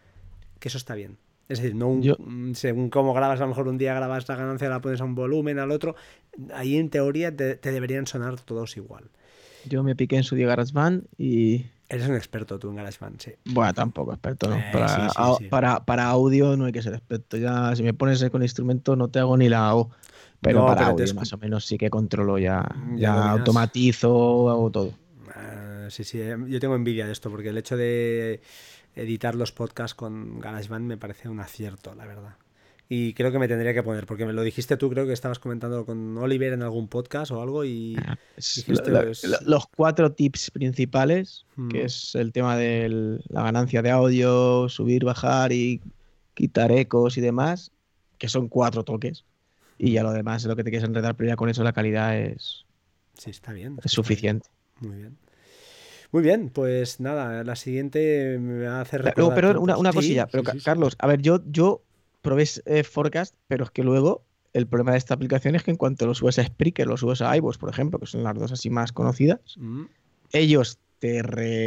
que eso está bien. Es decir, no un, Yo- según cómo grabas, a lo mejor un día grabas la ganancia, la pones a un volumen, al otro. Ahí en teoría te, te deberían sonar todos igual. Yo me piqué en su día GarageBand y... Eres un experto tú en GarageBand, sí. Bueno, tampoco experto, ¿no? Eh, Para, sí, sí, au- sí. Para, para audio no hay que ser experto. Ya si me pones con instrumento no te hago ni la O. Pero No, para pero audio entonces- más o menos sí que controlo ya. Ya Ya dominas. automatizo, hago todo. Ah, sí, sí, eh, yo tengo envidia de esto porque el hecho de editar los podcasts con GarageBand me parece un acierto, la verdad. Y creo que me tendría que poner, porque me lo dijiste tú, creo que estabas comentando con Oliver en algún podcast o algo y Es dijiste... lo- lo- es- lo- los cuatro tips principales, Mm. que es el tema de la ganancia de audio, subir, bajar y quitar ecos y demás, que son cuatro toques. Y ya lo demás es lo que te quieres enredar, pero ya con eso la calidad es, Sí, está bien. es está suficiente. bien. Muy bien. Muy bien, pues nada, la siguiente me va a hacer Luego, recordar pero una, tiempos. una Sí, cosilla, sí, pero sí, Ca- sí. Carlos, a ver, yo, yo probé eh, Forecast, pero es que luego el problema de esta aplicación es que en cuanto lo subes a Spreaker, lo subes a iVoox, por ejemplo, que son las dos así más conocidas, Mm. ellos te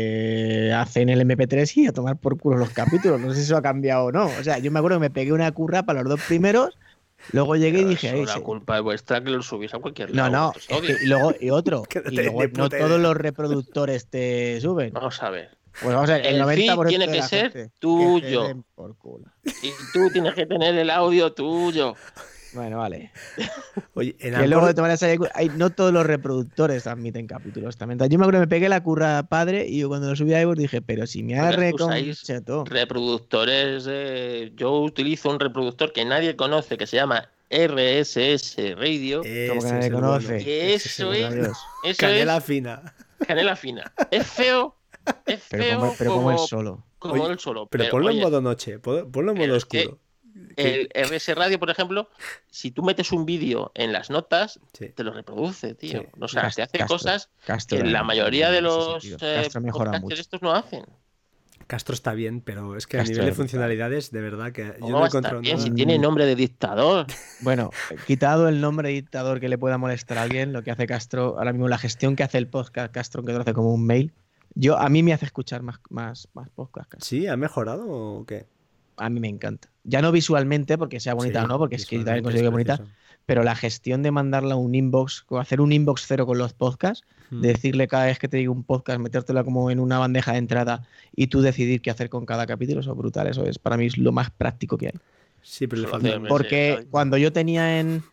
rehacen el eme pe tres y a tomar por culo los capítulos. No sé si eso ha cambiado o no. O sea, yo me acuerdo que me pegué una curra para los dos primeros, luego llegué y Pero dije, eso, "Ay, la sí". culpa es vuestra que lo subís a cualquier No, lado. no, estos es que- audios. y luego, y otro, Que no y tenéis luego ni no puta todos idea. los reproductores te suben. Vamos a ver. Pues vamos a ver, el, El noventa por feed ciento tiene de que la ser gente, tuyo. que te den por culo. Y tú tienes que tener el audio tuyo. Bueno, vale. Oye, en Que luego de Anchor, todas maneras hay, hay- no todos los reproductores admiten capítulos también. Yo me acuerdo que me pegué la curra padre y yo cuando lo subí a iVoox dije, pero si me ha Porque usáis reconcheto. reproductores. eh, yo utilizo un reproductor que nadie conoce que se llama erre ese ese Radio. Como que ese nadie es el conoce. bueno. Que Ese es el eso bueno. es, Adiós. eso Canela es fina. canela fina. Es feo. Es Pero feo como, pero como como, él solo. como Oye, él solo. Pero, Pero, ponlo oye, en modo noche, pon- ponlo en modo pero es que oscuro. Que- el erre ese Radio, por ejemplo, si tú metes un vídeo en las notas, Sí. te lo reproduce, tío. Sí. O sea, Cast- te hace Castro, cosas Castro que era la un- mayoría de en ese los sentido. eh, Castro mejora podcasters mucho. estos no hacen. Castro está bien, pero es que a Castro nivel de es brutal. funcionalidades, de verdad que yo ¿Cómo no va he a estar encontrado bien nada. si tiene nombre de dictador? Bueno, quitado el nombre de dictador que le pueda molestar a alguien, lo que hace Castro, ahora mismo la gestión que hace el podcast Castro, que lo hace como un mail, yo a mí me hace escuchar más, más, más podcast. Castro. ¿Sí? ¿Ha mejorado o qué? A mí me encanta. Ya no visualmente, porque sea bonita Sí, o no, porque es que yo también visualmente considero que es es bonita, precioso. pero la gestión de mandarla a un inbox, o hacer un inbox cero con los podcasts, Mm. de decirle cada vez que te digo un podcast, metértela como en una bandeja de entrada y tú decidir qué hacer con cada capítulo, eso es brutal, eso es para mí es lo más práctico que hay. Sí, pero le Solo falta... hacer- Porque sí, cuando yo tenía en,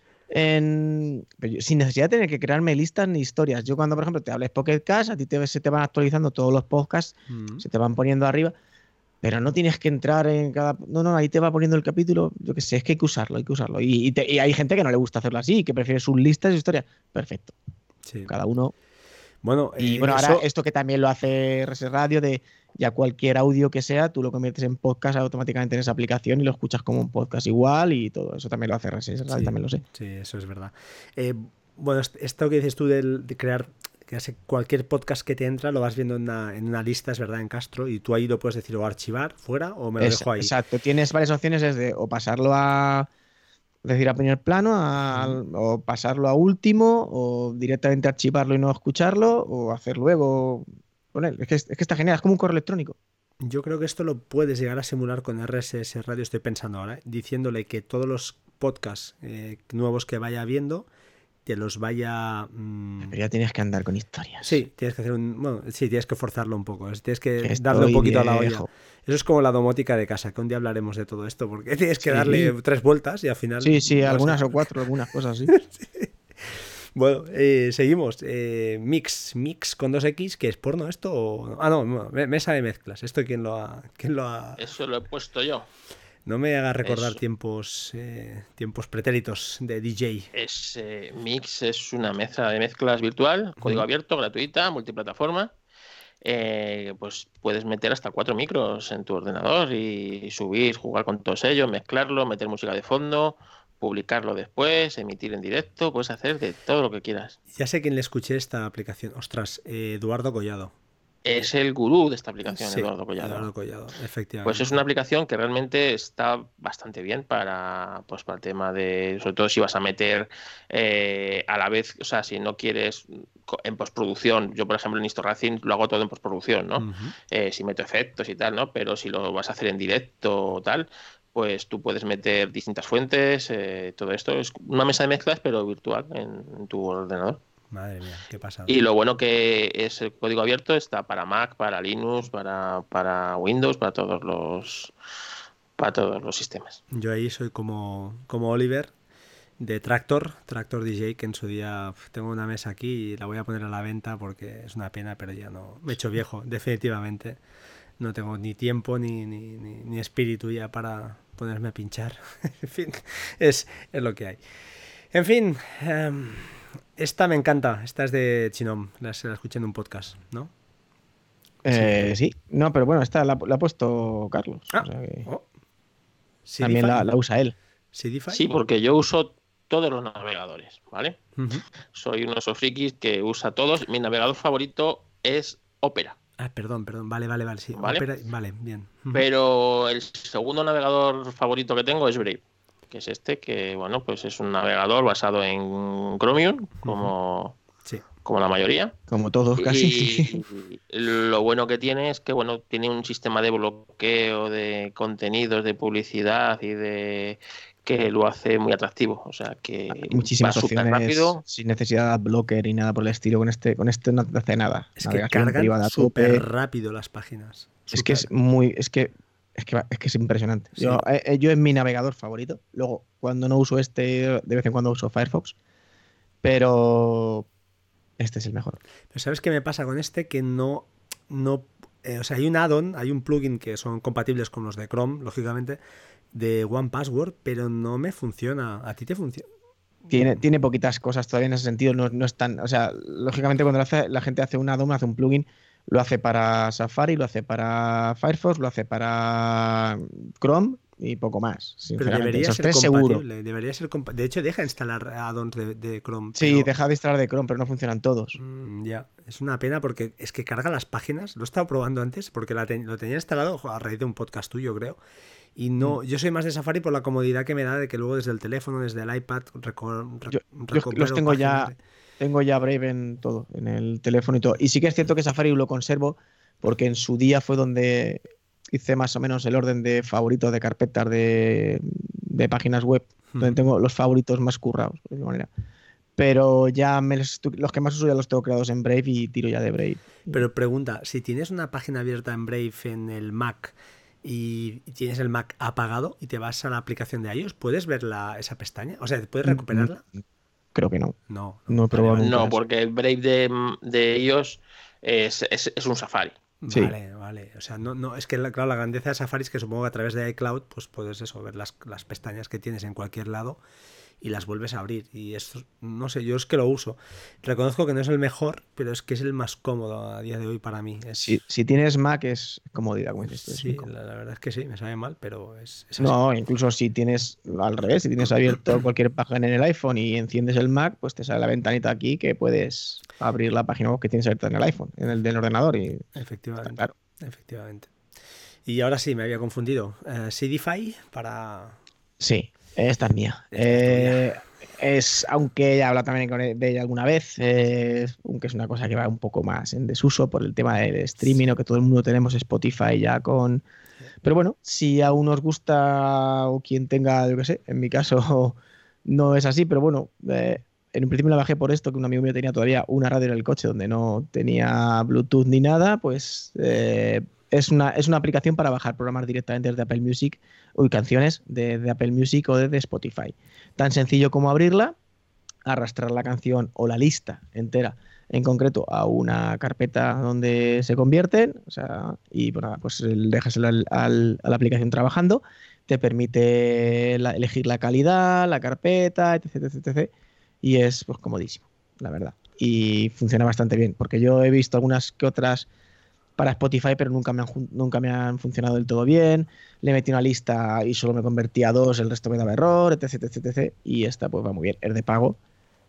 en pero yo- sin necesidad de tener que crearme listas ni historias, yo cuando por ejemplo te hables Pocket Cast, a ti te, se te van actualizando todos los podcasts, Mm. se te van poniendo arriba, pero no tienes que entrar en cada... No, no, ahí te va poniendo el capítulo, yo qué sé, es que hay que usarlo, hay que usarlo. Y, y te- y hay gente que no le gusta hacerlo así, que prefiere sus listas y historias. Perfecto, Sí. cada uno. Bueno, Y eh, bueno, eso- ahora esto que también lo hace R S Radio, de ya cualquier audio que sea, tú lo conviertes en podcast automáticamente en esa aplicación y lo escuchas como un podcast igual y todo eso también lo hace R S Radio, Sí. también lo sé. Sí, eso es verdad. Eh, bueno, est- esto que dices tú del- de crear que hace cualquier podcast que te entra lo vas viendo en una, en una lista, es verdad, en Castro, y tú ahí lo puedes decir o archivar fuera o me lo Es- dejo ahí. Exacto, tienes varias opciones desde o pasarlo a decir a primer plano a- o pasarlo a último o directamente archivarlo y no escucharlo o hacer luego con él. Es que, es que está genial, es como un correo electrónico. Yo creo que esto lo puedes llegar a simular con R S S Radio, estoy pensando ahora, ¿eh? Diciéndole que todos los podcasts eh, nuevos que vaya viendo te los vaya... mm, Pero ya tienes que andar con historias. Sí, tienes que hacer un... Bueno, sí, tienes que forzarlo un poco. es- Tienes que Que darle un estoy poquito a la olla. viejo. Eso es como la domótica de casa, que un día hablaremos de todo esto, porque tienes que Sí. darle tres vueltas y al final... Sí, sí, vas a- algunas o cuatro, algunas cosas así. Bueno, eh, seguimos. Eh, mix, mix con dos X, ¿qué es porno esto? O... Ah, no, no, me- mesa de mezclas. ¿Esto quién lo ha...? ¿Quién lo ha... Eso lo he puesto yo. No me haga recordar Eso. tiempos eh, tiempos pretéritos de D J. Es, eh, Mix es una mezcla de mezclas virtual, código Ujú. abierto, gratuita, multiplataforma. Eh, pues puedes meter hasta cuatro micros en tu ordenador y subir, jugar con todos ellos, mezclarlo, meter música de fondo, publicarlo después, emitir en directo, puedes hacer de todo lo que quieras. Ya sé quién le escuché esta aplicación. Ostras, eh, Eduardo Collado. es el gurú de esta aplicación, Sí, Eduardo Collado. Eduardo Collado, efectivamente. Pues es una aplicación que realmente está bastante bien para, pues, para el tema de, sobre todo si vas a meter eh, a la vez, o sea, si no quieres en postproducción, yo por ejemplo en Historracing lo hago todo en postproducción, ¿no? Uh-huh. Eh, si meto efectos y tal, ¿no? Pero si lo vas a hacer en directo o tal, pues tú puedes meter distintas fuentes, eh, todo esto. Es una mesa de mezclas, pero virtual en, en tu ordenador. Madre mía, qué pasada. Y lo bueno que es el código abierto, está para Mac, para Linux, para, para Windows, para todos los para todos los sistemas. Yo ahí soy como, como Oliver de Tractor, Tractor D J, que en su día tengo una mesa aquí y la voy a poner a la venta porque es una pena, pero ya no, me he hecho viejo, definitivamente. No tengo ni tiempo ni, ni, ni, ni espíritu ya para ponerme a pinchar. En fin, es, es lo que hay. En fin, um, esta me encanta. Esta es de Chinom. La, la escuché en un podcast, ¿no? Eh, sí. sí, no, pero bueno, esta la, la ha puesto Carlos. Ah, o sea que oh. también la, la usa él. ¿Sidify? Sí, porque yo uso todos los navegadores, ¿vale? Uh-huh. Soy uno de esos frikis que usa todos. Mi navegador favorito es Opera. Ah, perdón, perdón. Vale, vale, vale. Sí. ¿Vale? Opera, vale, bien. Uh-huh. Pero el segundo navegador favorito que tengo es Brave, que es este, que bueno, pues es un navegador basado en Chromium, como, uh-huh. sí. como la mayoría. Como todos casi. Y lo bueno que tiene es que bueno, tiene un sistema de bloqueo de contenidos, de publicidad y de que lo hace muy atractivo, o sea que muchísimas va súper opciones rápido, sin necesidad de adblocker y nada por el estilo. Con este, con este no te hace nada. Es que cargan súper rápido las páginas. Es super. que es muy, es que es que es que es impresionante. Sí. Yo, eh, yo es mi navegador favorito. Luego cuando no uso este, de vez en cuando uso Firefox, pero este es el mejor. Pero ¿sabes qué me pasa con este? Que no, no, eh, o sea, hay un add-on, hay un plugin que son compatibles con los de Chrome, lógicamente, de One Password, pero no me funciona. ¿A ti te funciona? Tiene, tiene poquitas cosas todavía en ese sentido, no, no es tan, o sea, lógicamente cuando lo hace, la gente hace un add-on, hace un plugin, lo hace para Safari, lo hace para Firefox, lo hace para Chrome y poco más. Pero debería ser compatible, debería ser compa- de hecho deja de instalar add-ons de, de Chrome. Sí, pero... deja de instalar de Chrome, pero no funcionan todos. Mm, ya, es una pena porque es que carga las páginas, lo he estado probando antes porque la te- lo tenía instalado a raíz de un podcast tuyo, creo. Y no, yo soy más de Safari por la comodidad que me da de que luego desde el teléfono, desde el iPad, reco- yo, yo los tengo ya, de... tengo ya Brave en todo, en el teléfono y todo. Y sí que es cierto que Safari lo conservo porque en su día fue donde hice más o menos el orden de favoritos de carpetas de, de páginas web, hmm. donde tengo los favoritos más currados, de alguna manera. Pero ya me los, los que más uso ya los tengo creados en Brave y tiro ya de Brave. Pero pregunta, si tienes una página abierta en Brave en el Mac y tienes el Mac apagado y te vas a la aplicación de iOS, ¿puedes ver la, esa pestaña? O sea, ¿puedes recuperarla? Creo que no. No, no, no he probado vale, No, porque el Brave de, de iOS es, es, es un Safari. Sí. Vale, vale. O sea, no, no, es que claro, la grandeza de Safari es que supongo que a través de iCloud pues puedes eso, ver las, las pestañas que tienes en cualquier lado y las vuelves a abrir. Y esto, no sé, yo es que lo uso. Reconozco que no es el mejor, pero es que es el más cómodo a día de hoy para mí. Es... Si, si tienes Mac es comodidad, como dices tú. Sí, la, la verdad es que sí, me sabe mal, pero es, es No, incluso si tienes al revés, si tienes abierto cualquier página en el iPhone y enciendes el Mac, pues te sale la ventanita aquí que puedes abrir la página que tienes abierta en el iPhone, en el del ordenador. Y efectivamente, claro. Efectivamente. Y ahora sí, me había confundido. Uh, Sidify para... Sí. Esta es mía. Esta eh, es, es, aunque he hablado también de ella alguna vez, eh, aunque es una cosa que va un poco más en desuso por el tema del streaming, o que todo el mundo tenemos Spotify ya con... Pero bueno, si aún os gusta o quien tenga, yo qué sé, en mi caso no es así, pero bueno, eh, en un principio la bajé por esto, que un amigo mío tenía todavía una radio en el coche donde no tenía Bluetooth ni nada, pues... Eh, Es una, es una aplicación para bajar programas directamente desde Apple Music o canciones de, de Apple Music o desde Spotify. Tan sencillo como abrirla, arrastrar la canción o la lista entera, en concreto, a una carpeta donde se convierten, o sea, y bueno, pues dejas al, al, a la aplicación trabajando, te permite la, elegir la calidad, la carpeta, etc, etc, etc, y es pues comodísimo, la verdad. Y funciona bastante bien, porque yo he visto algunas que otras para Spotify, pero nunca me, han, nunca me han funcionado del todo bien. Le metí una lista y solo me convertí a dos, el resto me daba error, etc, etc, etc. Y esta pues va muy bien, es de pago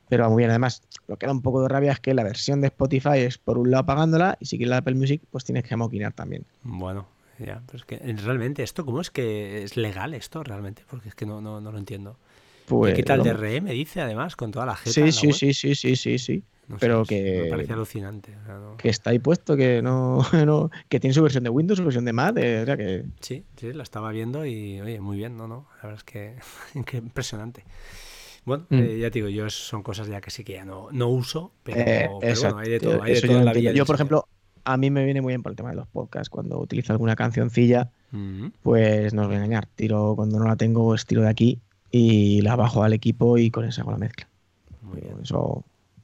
Pero va muy bien. Además, lo que da un poco de rabia es que la versión de Spotify es por un lado pagándola y si quieres la Apple Music, pues tienes que amoquinar también. Bueno, ya, pero es que realmente esto, ¿cómo es que es legal esto realmente? Porque es que no, no, no lo entiendo. Pues, ¿Y qué tal no, de R E me dice además con toda la jeta sí, en la sí, web? sí, sí, sí, sí, sí. No sé, Pero es- me parece que, alucinante. O sea, no- que está ahí puesto, que no, no, que tiene su versión de Windows, su versión de Mac, de- o sea que Sí, sí, la estaba viendo y, oye, muy bien, no, no, la verdad es que, que impresionante. Bueno, mm, eh, ya te digo, yo es- son cosas ya que sí que ya no, no uso, eh, pero, pero bueno, exacto. hay de todo, hay de Eso yo todo no en la vida entiendo. y en Yo, el por señor. ejemplo, a mí me viene muy bien por el tema de los podcasts. Cuando utilizo alguna cancioncilla, Mm, pues no os voy a engañar. Tiro, cuando no la tengo, pues tiro de aquí y la bajo al equipo y con esa hago la mezcla. muy bien, Pero eso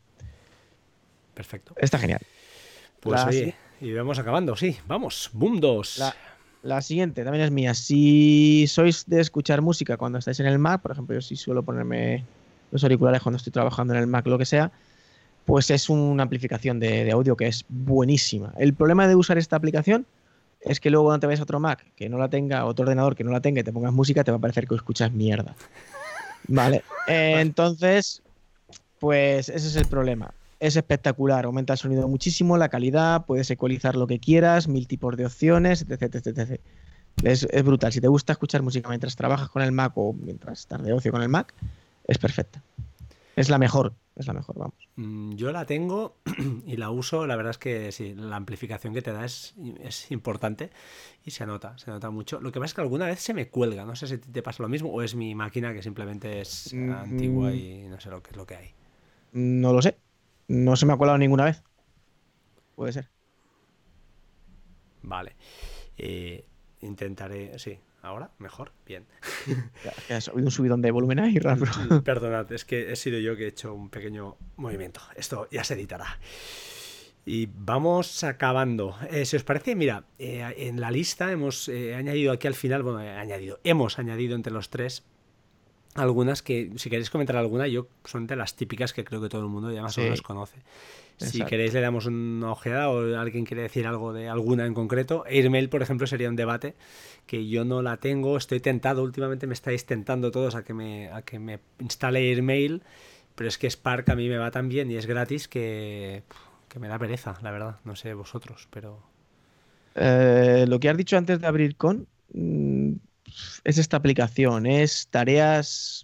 perfecto. está genial. Pues La oye, siguiente. y vamos acabando, sí, vamos, boom dos. La, la siguiente también es mía. Si sois de escuchar música cuando estáis en el Mac, por ejemplo, yo sí suelo ponerme los auriculares cuando estoy trabajando en el Mac, lo que sea, pues es una amplificación de, de audio que es buenísima. El problema de usar esta aplicación es que luego cuando te vayas a otro Mac que no la tenga, otro ordenador que no la tenga y te pongas música, te va a parecer que escuchas mierda. Vale. Eh, entonces, pues ese es el problema. Es espectacular, aumenta el sonido muchísimo, la calidad, puedes ecualizar lo que quieras, mil tipos de opciones, etc, etc, etcétera. Es, es brutal. Si te gusta escuchar música mientras trabajas con el Mac o mientras estás de ocio con el Mac, es perfecta. Es la mejor, es la mejor, vamos. Mm, Yo la tengo y la uso, la verdad es que sí, la amplificación que te da es, es importante y se nota, se nota mucho. Lo que pasa es que alguna vez se me cuelga, no sé si te pasa lo mismo o es mi máquina que simplemente es antigua Mm, y no sé lo que es lo que hay. no lo sé. No se me ha colado ninguna vez. Puede ser. Vale. Eh, intentaré, sí, ahora mejor, bien. Ya, que has oído un subidón de volumen ahí, raro. Perdonad, es que he sido yo que he hecho un pequeño movimiento. Esto ya se editará. Y vamos acabando. Eh, si os parece, mira, eh, en la lista hemos eh, añadido aquí al final, bueno, he añadido, hemos añadido entre los tres algunas que, si queréis comentar alguna, yo son de las típicas que creo que todo el mundo ya más o menos Sí, conoce. Si exacto. queréis le damos una ojeada o alguien quiere decir algo de alguna en concreto. Airmail, por ejemplo, sería un debate que yo no la tengo, estoy tentado, últimamente me estáis tentando todos a que me, a que me instale Airmail, pero es que Spark a mí me va tan bien y es gratis que, que me da pereza, la verdad. No sé vosotros, pero... Eh, lo que has dicho antes de abrir con mm, es esta aplicación. Es tareas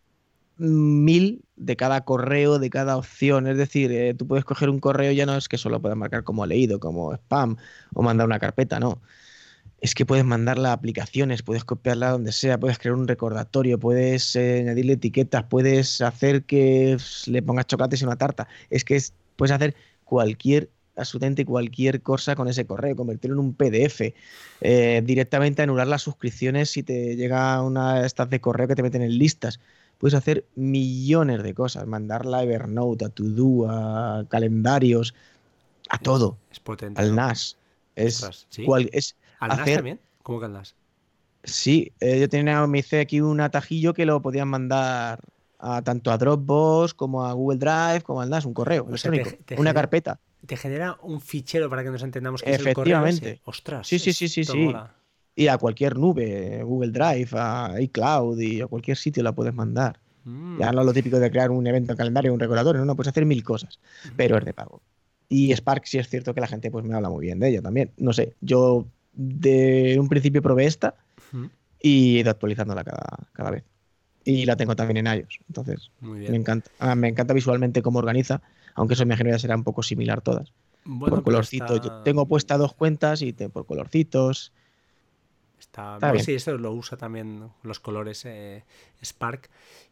mil de cada correo, de cada opción. Es decir, eh, tú puedes coger un correo, ya no es que solo puedas marcar como leído, como spam o mandar una carpeta, no. Es que puedes mandarla a aplicaciones, puedes copiarla donde sea, puedes crear un recordatorio, puedes eh, añadirle etiquetas, puedes hacer que pf, le pongas chocolates en una tarta. Es que es- puedes hacer cualquier, absolutamente cualquier cosa con ese correo, convertirlo en un P D F, eh, directamente anular las suscripciones si te llega una de estas de correo que te meten en listas. Puedes hacer millones de cosas, mandarla a Evernote, a To-Do, a calendarios, a Es, todo, es potente, al ¿no? N A S. Es, Ostras, ¿sí? cual, es ¿Al NAS hacer. también? ¿Cómo que al NAS? Sí, eh, yo tenía, me hice aquí un atajillo que lo podían mandar a, tanto a Dropbox como a Google Drive, como al N A S, un correo O sea, te, electrónico, te, una genera, carpeta. te genera un fichero para que nos entendamos que es el correo ese. Efectivamente. Sí, Ostras, sí, sí, sí, esto sí. mola. Y a cualquier nube, Google Drive, a iCloud y a cualquier sitio la puedes mandar. Ya Mm, no es lo típico de crear un evento en calendario, un recordatorio, no, no, puedes hacer mil cosas, pero es de pago. Y Spark sí es cierto que la gente pues me habla muy bien de ella también. No sé, yo de un principio probé esta mm, y he ido actualizándola cada, cada vez. Y la tengo también en iOS. Entonces, muy me bien. encanta. Ah, me encanta visualmente cómo organiza, aunque eso me genera será un poco similar todas. Por Bueno, pero colorcitos. Yo está. tengo puestas dos cuentas y te, por colorcitos. Está, Está bueno, bien. sí, esto lo usa también los colores eh, Spark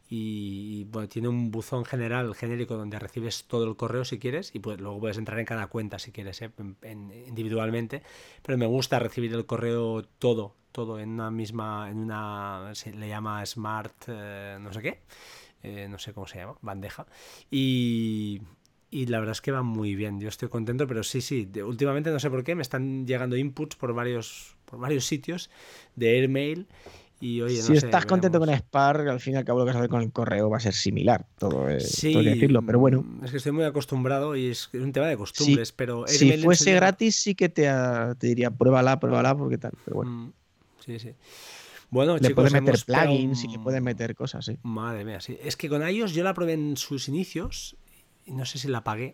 y bueno, tiene un buzón general genérico donde recibes todo el correo si quieres y pues luego puedes entrar en cada cuenta si quieres, eh, en- en- individualmente, pero me gusta recibir el correo todo, todo en una misma, en una, se le llama Smart, eh, no sé qué, eh, no sé cómo se llama, bandeja y... Y la verdad es que va muy bien, yo estoy contento, pero sí, sí, de- últimamente no sé por qué me están llegando inputs por varios, por varios sitios de Airmail y oye, Si no sé, estás contento con veremos. Spark, al fin y al cabo lo que vas a hacer con el correo va a ser similar. Todo, eh, todo hay que Sí, decirlo. Pero bueno, mm, es que estoy muy acostumbrado y es un tema de si, costumbres, pero si Airmail en su fuese día... gratis, sí que te, ah, te diría pruébala, pruébala, porque tal. Pero bueno. mm, sí, sí. Bueno, Le chicos, puedes meter hemos pegado plugins y le un- puedes meter cosas, sí. Madre mía, sí. Es que con iOS yo la probé en sus inicios y no sé si la pagué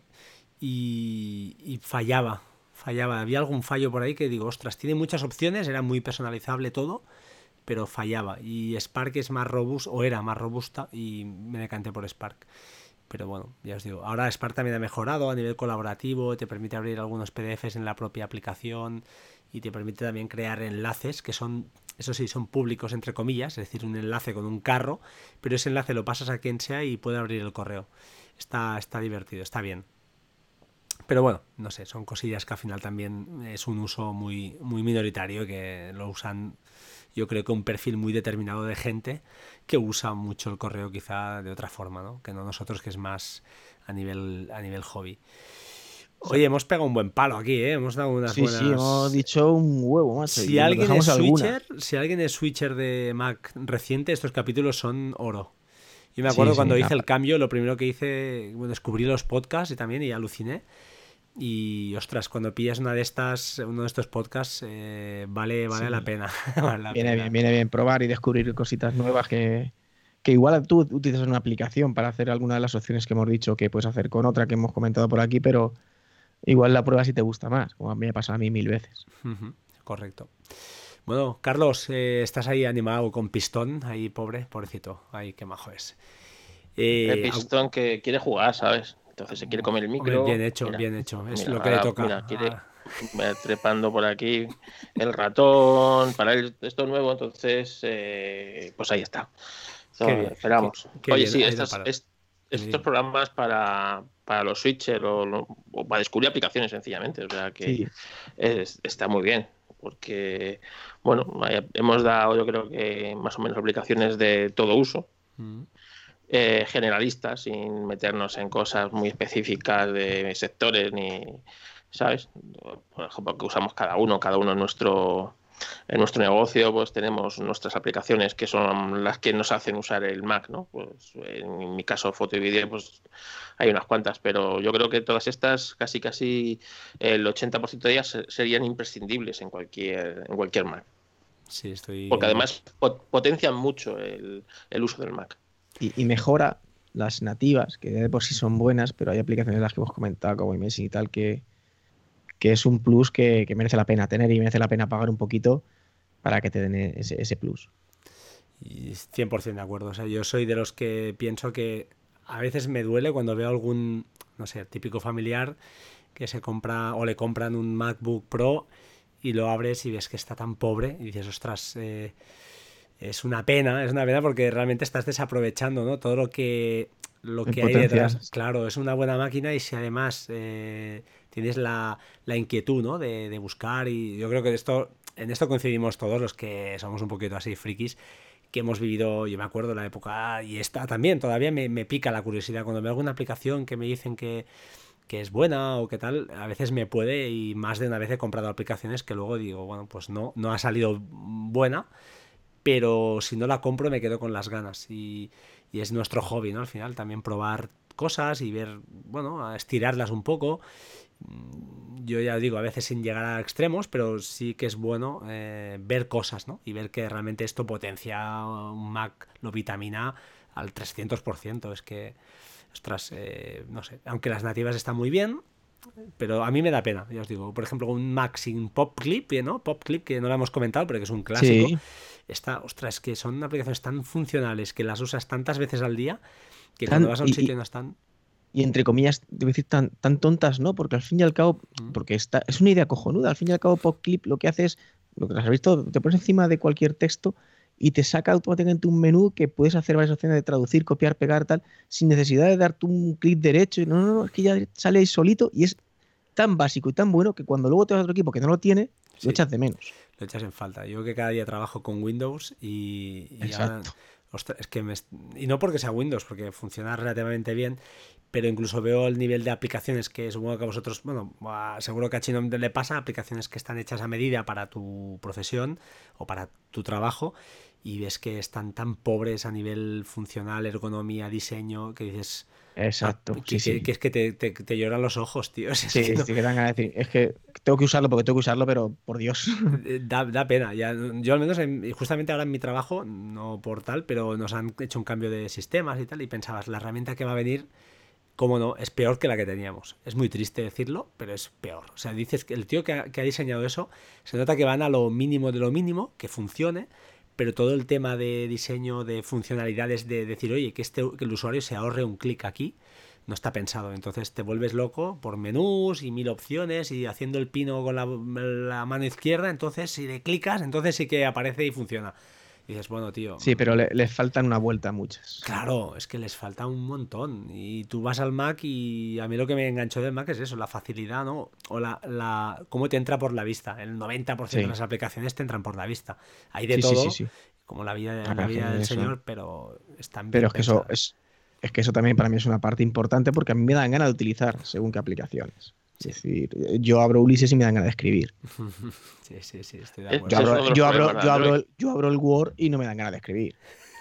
y, y fallaba, fallaba. Había algún fallo por ahí que digo, ostras, tiene muchas opciones, era muy personalizable todo, pero fallaba. Y Spark es más robusto, o era más robusta, y me decanté por Spark. Pero bueno, ya os digo, ahora Spark también ha mejorado a nivel colaborativo, te permite abrir algunos P D Fs en la propia aplicación y te permite también crear enlaces que son, eso sí, son públicos entre comillas, es decir, un enlace con un carro, pero ese enlace lo pasas a quien sea y puede abrir el correo. Está, está divertido, está bien. Pero bueno, no sé, son cosillas que al final también es un uso muy, muy minoritario que lo usan, yo creo que un perfil muy determinado de gente que usa mucho el correo quizá de otra forma, ¿no? Que no nosotros, que es más a nivel, a nivel hobby. Oye, hemos pegado un buen palo aquí, ¿eh? Hemos dado unas Sí, sí, hemos buenas... dicho un huevo, macho, Si y nos alguien es dejamos alguna. switcher, si alguien es switcher de Mac reciente, estos capítulos son oro. Yo me Sí, acuerdo sí, cuando hice nada. el cambio, lo primero que hice, bueno, descubrí los podcasts y también y aluciné. Y ostras, cuando pillas una de estas, uno de estos podcasts, eh, vale, vale la Sí. pena. Vale la Viene bien, pena. viene bien probar y descubrir cositas nuevas que, que igual tú utilizas una aplicación para hacer alguna de las opciones que hemos dicho que puedes hacer con otra que hemos comentado por aquí, pero igual la prueba si te gusta más, como a mí me pasa a mí mil veces. Ujú, correcto. Bueno, Carlos, eh, estás ahí animado con pistón, ahí pobre, pobrecito, ahí qué majo es. El Eh, au- pistón que quiere jugar, ¿sabes? Entonces se quiere comer el hombre, bien micro. hecho, Mira, bien hecho, es mira, lo que le ahora, toca. mira, quiere Ah, eh, trepando por aquí el ratón. Para él esto es nuevo, entonces, eh, pues ahí está. qué So, bien, qué, esperamos. qué Oye, bien, sí, ahí da estas, para. es- Dime, estos dime. programas para, para los switchers o, lo- o para descubrir aplicaciones sencillamente, o sea que Sí, es- está muy bien. Porque, bueno, hay- hemos dado, yo creo que más o menos aplicaciones de todo uso, Mm. eh, generalistas, sin meternos en cosas muy específicas de sectores ni, ¿sabes? Por ejemplo, que usamos cada uno, cada uno en nuestro, en nuestro negocio, pues tenemos nuestras aplicaciones que son las que nos hacen usar el Mac, ¿no? Pues en mi caso, foto y vídeo, pues hay unas cuantas, pero yo creo que todas estas, casi casi el ochenta por ciento de ellas serían imprescindibles en cualquier, en cualquier Mac. Sí, estoy Porque muy... además pot- potencian mucho el, el uso del Mac. y, y mejora las nativas, que de por sí son buenas, pero hay aplicaciones de las que hemos comentado, como iMessage y tal, que, que es un plus que, que merece la pena tener y merece la pena pagar un poquito para que te den ese, ese plus. Y cien por ciento de acuerdo. O sea, yo soy de los que pienso que a veces me duele cuando veo algún, no sé, típico familiar que se compra o le compran un MacBook Pro y lo abres y ves que está tan pobre y dices, ostras, eh, es una pena, es una pena porque realmente estás desaprovechando, ¿no? Todo lo que, lo El que hay potencial. detrás. Claro, es una buena máquina y si además eh, tienes la, la inquietud, ¿no? De, de buscar y yo creo que esto, en esto coincidimos todos los que somos un poquito así frikis, que hemos vivido, yo me acuerdo la época, y esta también, todavía me, me pica la curiosidad. Cuando veo alguna aplicación que me dicen que, que es buena o que tal, a veces me puede y más de una vez he comprado aplicaciones que luego digo, bueno, pues no, no ha salido buena, pero si no la compro me quedo con las ganas y, y es nuestro hobby, ¿no? Al final también probar cosas y ver, bueno, a estirarlas un poco. Yo ya digo, a veces sin llegar a extremos, pero sí que es bueno eh, ver cosas, ¿no? Y ver que realmente esto potencia un Mac, lo vitamina al trescientos por ciento. Es que, ostras, eh, no sé, aunque las nativas están muy bien, pero a mí me da pena, ya os digo. Por ejemplo, un Mac sin PopClip, ¿no? PopClip, que no lo hemos comentado, pero que es un clásico. Sí, Está, ostras, es que son aplicaciones tan funcionales que las usas tantas veces al día que cuando tan, vas a un y, sitio y- y no están... y entre comillas, debo decir tan, tan tontas, ¿no? Porque al fin y al cabo, Mm. porque está, es una idea cojonuda. Al fin y al cabo, PopClip lo que hace es, lo que has visto, te pones encima de cualquier texto y te saca automáticamente un menú que puedes hacer varias opciones de traducir, copiar, pegar, tal, sin necesidad de darte un clic derecho. No, no, no, es que ya sale ahí solito y es tan básico y tan bueno que cuando luego te vas a otro equipo que no lo tiene, lo Sí, echas de menos. lo echas en falta. Yo que cada día trabajo con Windows y, y ahora... Exacto. Ostras, es que me... Y no porque sea Windows, porque funciona relativamente bien, pero incluso veo el nivel de aplicaciones que supongo que a vosotros, bueno, seguro que a Chino le pasa, aplicaciones que están hechas a medida para tu profesión o para tu trabajo, y ves que están tan pobres a nivel funcional, ergonomía, diseño, que dices... Exacto, ah, sí, que, sí. Que, que es que te, te, te lloran los ojos, tío. Es Sí, que no, sí que dan ganas de decir, es que tengo que usarlo porque tengo que usarlo, pero por Dios. da, da pena. Ya, yo al menos, en, justamente ahora en mi trabajo, no por tal, pero nos han hecho un cambio de sistemas y tal, y pensabas, la herramienta que va a venir, cómo no, es peor que la que teníamos. Es muy triste decirlo, pero es peor. O sea, dices que el tío que ha, que ha diseñado eso, se nota que van a lo mínimo de lo mínimo, que funcione, pero todo el tema de diseño, de funcionalidades, de decir, oye, que, este, que el usuario se ahorre un clic aquí, no está pensado. Entonces te vuelves loco por menús y mil opciones y haciendo el pino con la, la mano izquierda. Entonces, si le clicas, entonces sí que aparece y funciona. Y dices, bueno, tío. Sí, pero le, les faltan una vuelta a muchas. Claro, es que les falta un montón. Y tú vas al Mac y a mí lo que me enganchó del Mac es eso, la facilidad, ¿no? O la, la cómo te entra por la vista. El noventa por ciento Sí. de las aplicaciones te entran por la vista. Hay de Sí, sí, todo, sí, sí. como la vida, Ah, la pero vida que del eso- señor, pero están Pero bien es que eso pensadas. es, es que eso también para mí es una parte importante porque a mí me dan ganas de utilizar según qué aplicaciones. Sí. Es decir, yo abro Ulises y me dan ganas de escribir. Sí, sí, sí, estoy de Es- acuerdo. Yo Ese es abro, uno de los yo abro, problemas de yo abro, Android. el- yo abro el Word y no me dan ganas de escribir.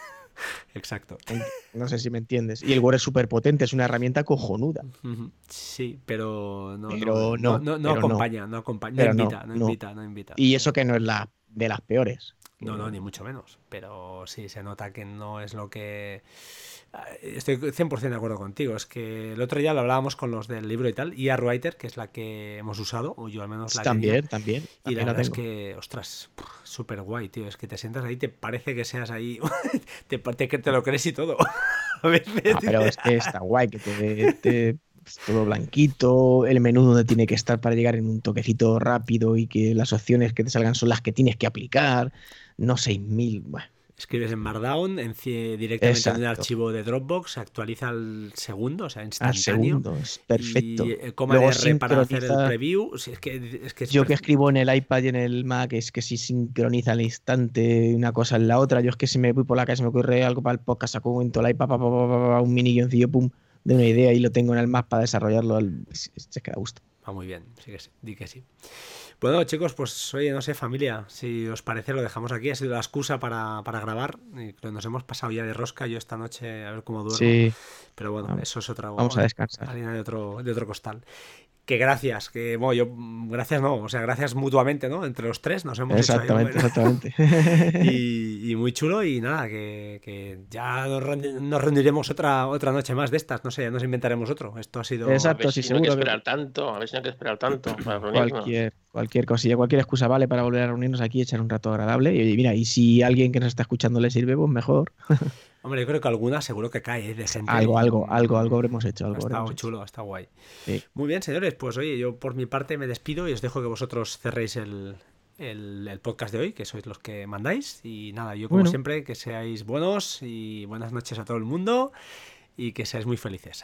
Exacto. Ent- No sé si me entiendes. Y el Word es súper potente, es una herramienta cojonuda. Sí, pero no, Pero no, no, no, no, no pero no, acompaña, no acompaña, no pero no, invita, no no. invita, no invita. Y Eh, eso que no es la de las peores. No, no, que- ni mucho menos. Pero sí, se nota que no es lo que... Estoy cien por ciento de acuerdo contigo. Es que el otro día lo hablábamos con los del libro y tal, I A Writer, que es la que hemos usado, o yo al menos la he tenido. También, también, Y la también la verdad es tengo. que, ostras, súper guay, tío. Es que te sientas ahí, te parece que seas ahí, te, te, te lo crees y todo. A veces Ah, pero dices, es que está guay, que te, te- es todo blanquito, el menú donde tiene que estar para llegar en un toquecito rápido y que las opciones que te salgan son las que tienes que aplicar, no seis mil. Bueno, escribes en Markdown, en, directamente en un exacto. archivo de Dropbox, se actualiza al segundo, o sea, Al instantáneo. segundo, es Y perfecto. el coma de Luego R para hacer el sincroniza. preview. Sí, es, que, es que es Yo que perfecto. escribo en el iPad y en el Mac, es que si sincroniza al instante una cosa en la otra. Yo es que si me voy por la calle, se me ocurre algo para el podcast, saco un momento el iPad, pa, pa, pa, pa, pa, un mini guioncillo, pum, de una idea y lo tengo en el Mac para desarrollarlo. al- Se, se queda a gusto. Va muy bien, sí que sí, di que sí. Bueno, chicos, pues oye, no sé, familia, si os parece lo dejamos aquí. Ha sido la excusa para, para grabar. Y creo que nos hemos pasado ya de rosca yo esta noche a ver cómo duermo. Sí, Pero bueno, vamos, eso es otra vamos a descansar. harina de otro, de otro costal. Que gracias, que bueno, yo, gracias no, o sea, gracias mutuamente, ¿no? Entre los tres nos hemos hecho ahí un Exactamente, buen- exactamente. y, y muy chulo y nada, que, que ya nos, reuni- nos reuniremos otra, otra noche más de estas, no sé, ya nos inventaremos otro. Esto ha sido... A Exacto, ver sí, si no hay que seguro que esperar tanto, a ver si no hay que esperar tanto para reunirnos. cualquier, cualquier cosilla, cualquier excusa vale para volver a reunirnos aquí y echar un rato agradable. Y oye, mira, y si a alguien que nos está escuchando le sirve, pues mejor. Hombre, yo creo que alguna seguro que cae, ¿eh? De gente. Algo, y, algo, algo, algo mm, habremos hecho, ha algo estado habremos hecho. chulo, ha estado guay. Sí. Muy bien, señores, pues oye, yo por mi parte me despido y os dejo que vosotros cerréis el, el, el podcast de hoy, que sois los que mandáis. Y nada, yo como Bueno. siempre, que seáis buenos y buenas noches a todo el mundo y que seáis muy felices.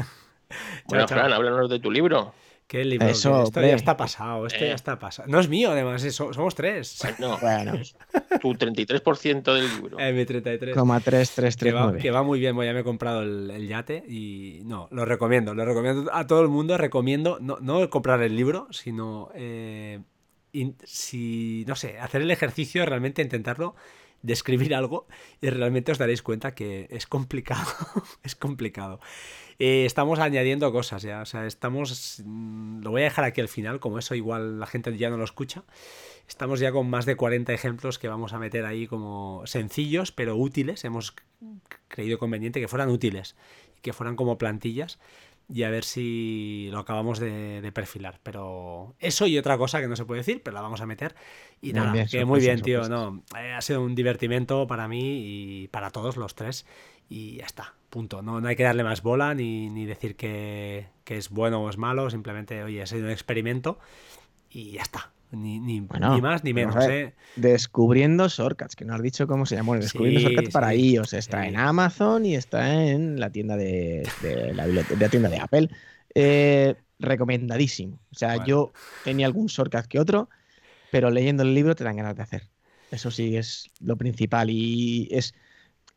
Bueno, chao. Fran, háblanos de tu libro. ¿Qué libro? Eso, ¿Qué? Esto hombre. ya está pasado, esto Eh. ya está pasado. No es mío, además, eh, so- somos tres. Bueno, Bueno, tu treinta y tres por ciento del libro. Eh, mi treinta y tres. coma tres tres Que tres va, nueve. que va muy bien, bueno, ya me he comprado el, el yate y no, lo recomiendo, lo recomiendo a todo el mundo, recomiendo no, no comprar el libro, sino eh, in- si, no sé, hacer el ejercicio, realmente intentarlo, de escribir algo y realmente os daréis cuenta que es complicado, es complicado. Eh, estamos añadiendo cosas ya, o sea, estamos, mm, lo voy a dejar aquí al final, como eso igual la gente ya no lo escucha. Estamos ya con más de cuarenta ejemplos que vamos a meter ahí como sencillos, pero útiles. Hemos creído conveniente que fueran útiles, que fueran como plantillas y a ver si lo acabamos de, de perfilar. Pero eso y otra cosa que no se puede decir, pero la vamos a meter. Y Bien, nada, bien, que muy sorpresas, bien, tío. sorpresas. No, eh, ha sido un divertimento para mí y para todos los tres. Y ya está, punto. No, no hay que darle más bola ni, ni decir que, que es bueno o es malo. Simplemente, oye, ha sido un experimento y ya está. Ni, ni, Bueno, ni más ni vamos menos, a ver. ¿eh? Descubriendo Shortcuts, que no has dicho cómo se llama. Bueno, Descubriendo Sí, Shortcuts para sí, iOS. Está sí. en Amazon y está en la tienda de, de la, biblioteca- de la tienda de Apple. Eh, recomendadísimo. O sea, Bueno. yo tenía algún shortcut que otro, pero leyendo el libro te dan ganas de hacer. Eso sí es lo principal y es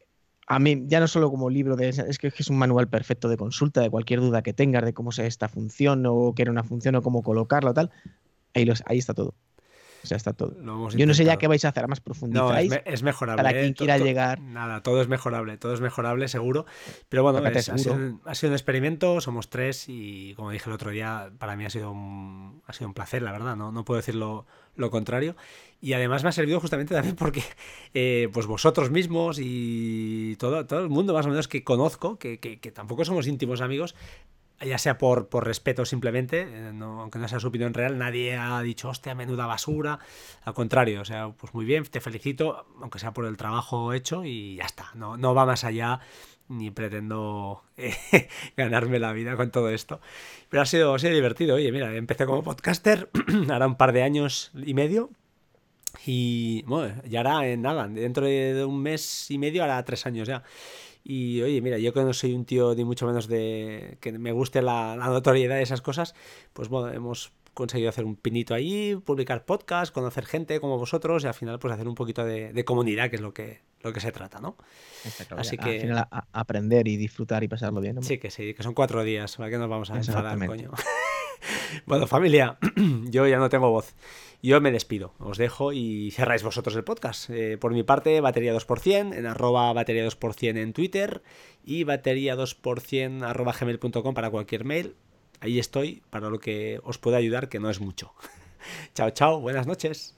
A mí, ya no solo como libro, de, es que es un manual perfecto de consulta de cualquier duda que tengas de cómo se esta función o qué era una función o cómo colocarla o tal. Ahí, los, ahí está todo. O sea, está todo. Lo hemos Yo no sé ya intentado. qué vais a hacer, más No, es, profundizáis me- es mejorable. para ¿eh? quien To- quiera to- llegar. Nada, todo es mejorable, todo es mejorable, seguro. Pero bueno, Tócate es- ha, sido, seguro. un- ha sido un experimento, somos tres y como dije el otro día, para mí ha sido un, ha sido un placer, la verdad, no, no puedo decir lo, lo contrario. Y además me ha servido justamente también porque eh, pues vosotros mismos y todo, todo el mundo más o menos que conozco, que, que, que tampoco somos íntimos amigos, ya sea por, por respeto simplemente, eh, no, aunque no sea su opinión real, nadie ha dicho, hostia, menuda basura. Al contrario, o sea, pues muy bien, te felicito, aunque sea por el trabajo hecho y ya está. No, no va más allá ni pretendo eh, ganarme la vida con todo esto. Pero ha sido, ha sido divertido. Oye, mira, empecé como podcaster, ahora un par de años y medio. Y bueno, ya hará en nada, dentro de un mes y medio hará tres años ya. Y oye, mira, yo que no soy un tío ni mucho menos de que me guste la, la notoriedad y esas cosas, pues bueno, hemos conseguido hacer un pinito ahí, publicar podcast, conocer gente como vosotros y al final pues hacer un poquito de, de comunidad, que es lo que, lo que se trata, ¿no? Está claro, Así ya, al que final a, a aprender y disfrutar y pasarlo bien, hombre. sí, que sí, que son cuatro días, ¿para qué nos vamos a enfadar, Exactamente. coño? Bueno, familia, yo ya no tengo voz. Yo me despido, os dejo y cerráis vosotros el podcast. Eh, por mi parte, batería dos por ciento, en arroba batería dos por ciento en Twitter y batería dos por ciento arroba gmail punto com para cualquier mail. Ahí estoy para lo que os pueda ayudar, que no es mucho. Chao, chao, buenas noches.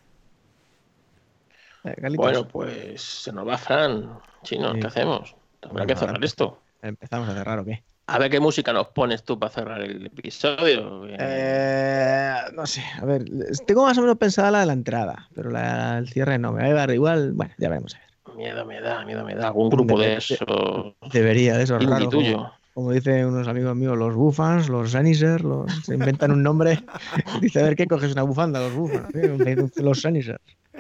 Eh, Carlitos. Bueno, pues se nos va Fran. Chino, Sí. ¿qué hacemos? Habrá Bueno, que nada, cerrar esto. empezamos a cerrar o qué. A ver qué música nos pones tú para cerrar el episodio. Eh, Eh, no sé, a ver, tengo más o menos pensada la de la entrada, pero la, el cierre no, me va a llevar igual, bueno, ya veremos a ver. Miedo me da, miedo me da. Algún grupo Debe- de de- esos debería, de esos indie raros, como, tuyo. como dicen unos amigos míos, los bufans, los Sanisers, los, se inventan un nombre, dice, a ver, ¿qué coges una bufanda? Los bufans, ¿eh? Los Sanisers.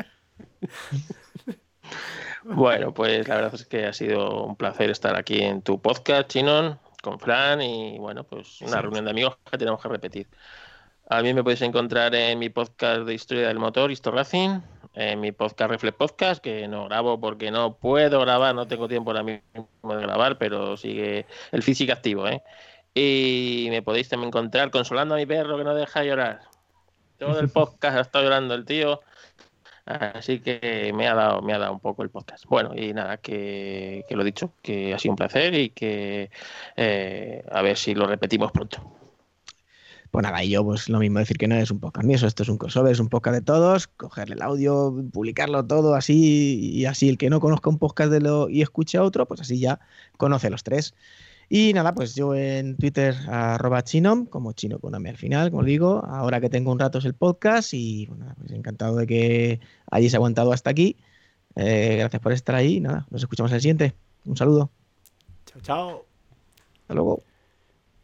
Bueno, pues la verdad es que ha sido un placer estar aquí en tu podcast, Chinon, con Fran y bueno, pues una Sí. reunión de amigos que tenemos que repetir. A mí me podéis encontrar en mi podcast de historia del motor, Histo Racing, en mi podcast Reflex Podcast, que no grabo porque no puedo grabar, no tengo tiempo ahora mismo de grabar, pero sigue el físico activo, ¿eh? Y me podéis también encontrar consolando a mi perro que no deja de llorar. Todo el podcast ha estado llorando el tío. Así que me ha dado, me ha dado un poco el podcast. Bueno, y nada, que, que lo he dicho, que ha sido un placer y que eh, a ver si lo repetimos pronto. Pues nada, y yo pues lo mismo decir que no es un podcast mío, esto es un crossover, es un podcast de todos, cogerle el audio, publicarlo todo así, y así el que no conozca un podcast de lo y escuche a otro, pues así ya conoce los tres. Y nada, pues yo en Twitter, arroba chinom, como chino con una M al final, como digo, ahora que tengo un rato es el podcast y bueno, pues encantado de que hayáis aguantado hasta aquí. Eh, gracias por estar ahí, nada, nos escuchamos al siguiente. Un saludo, Chao, chao. hasta luego.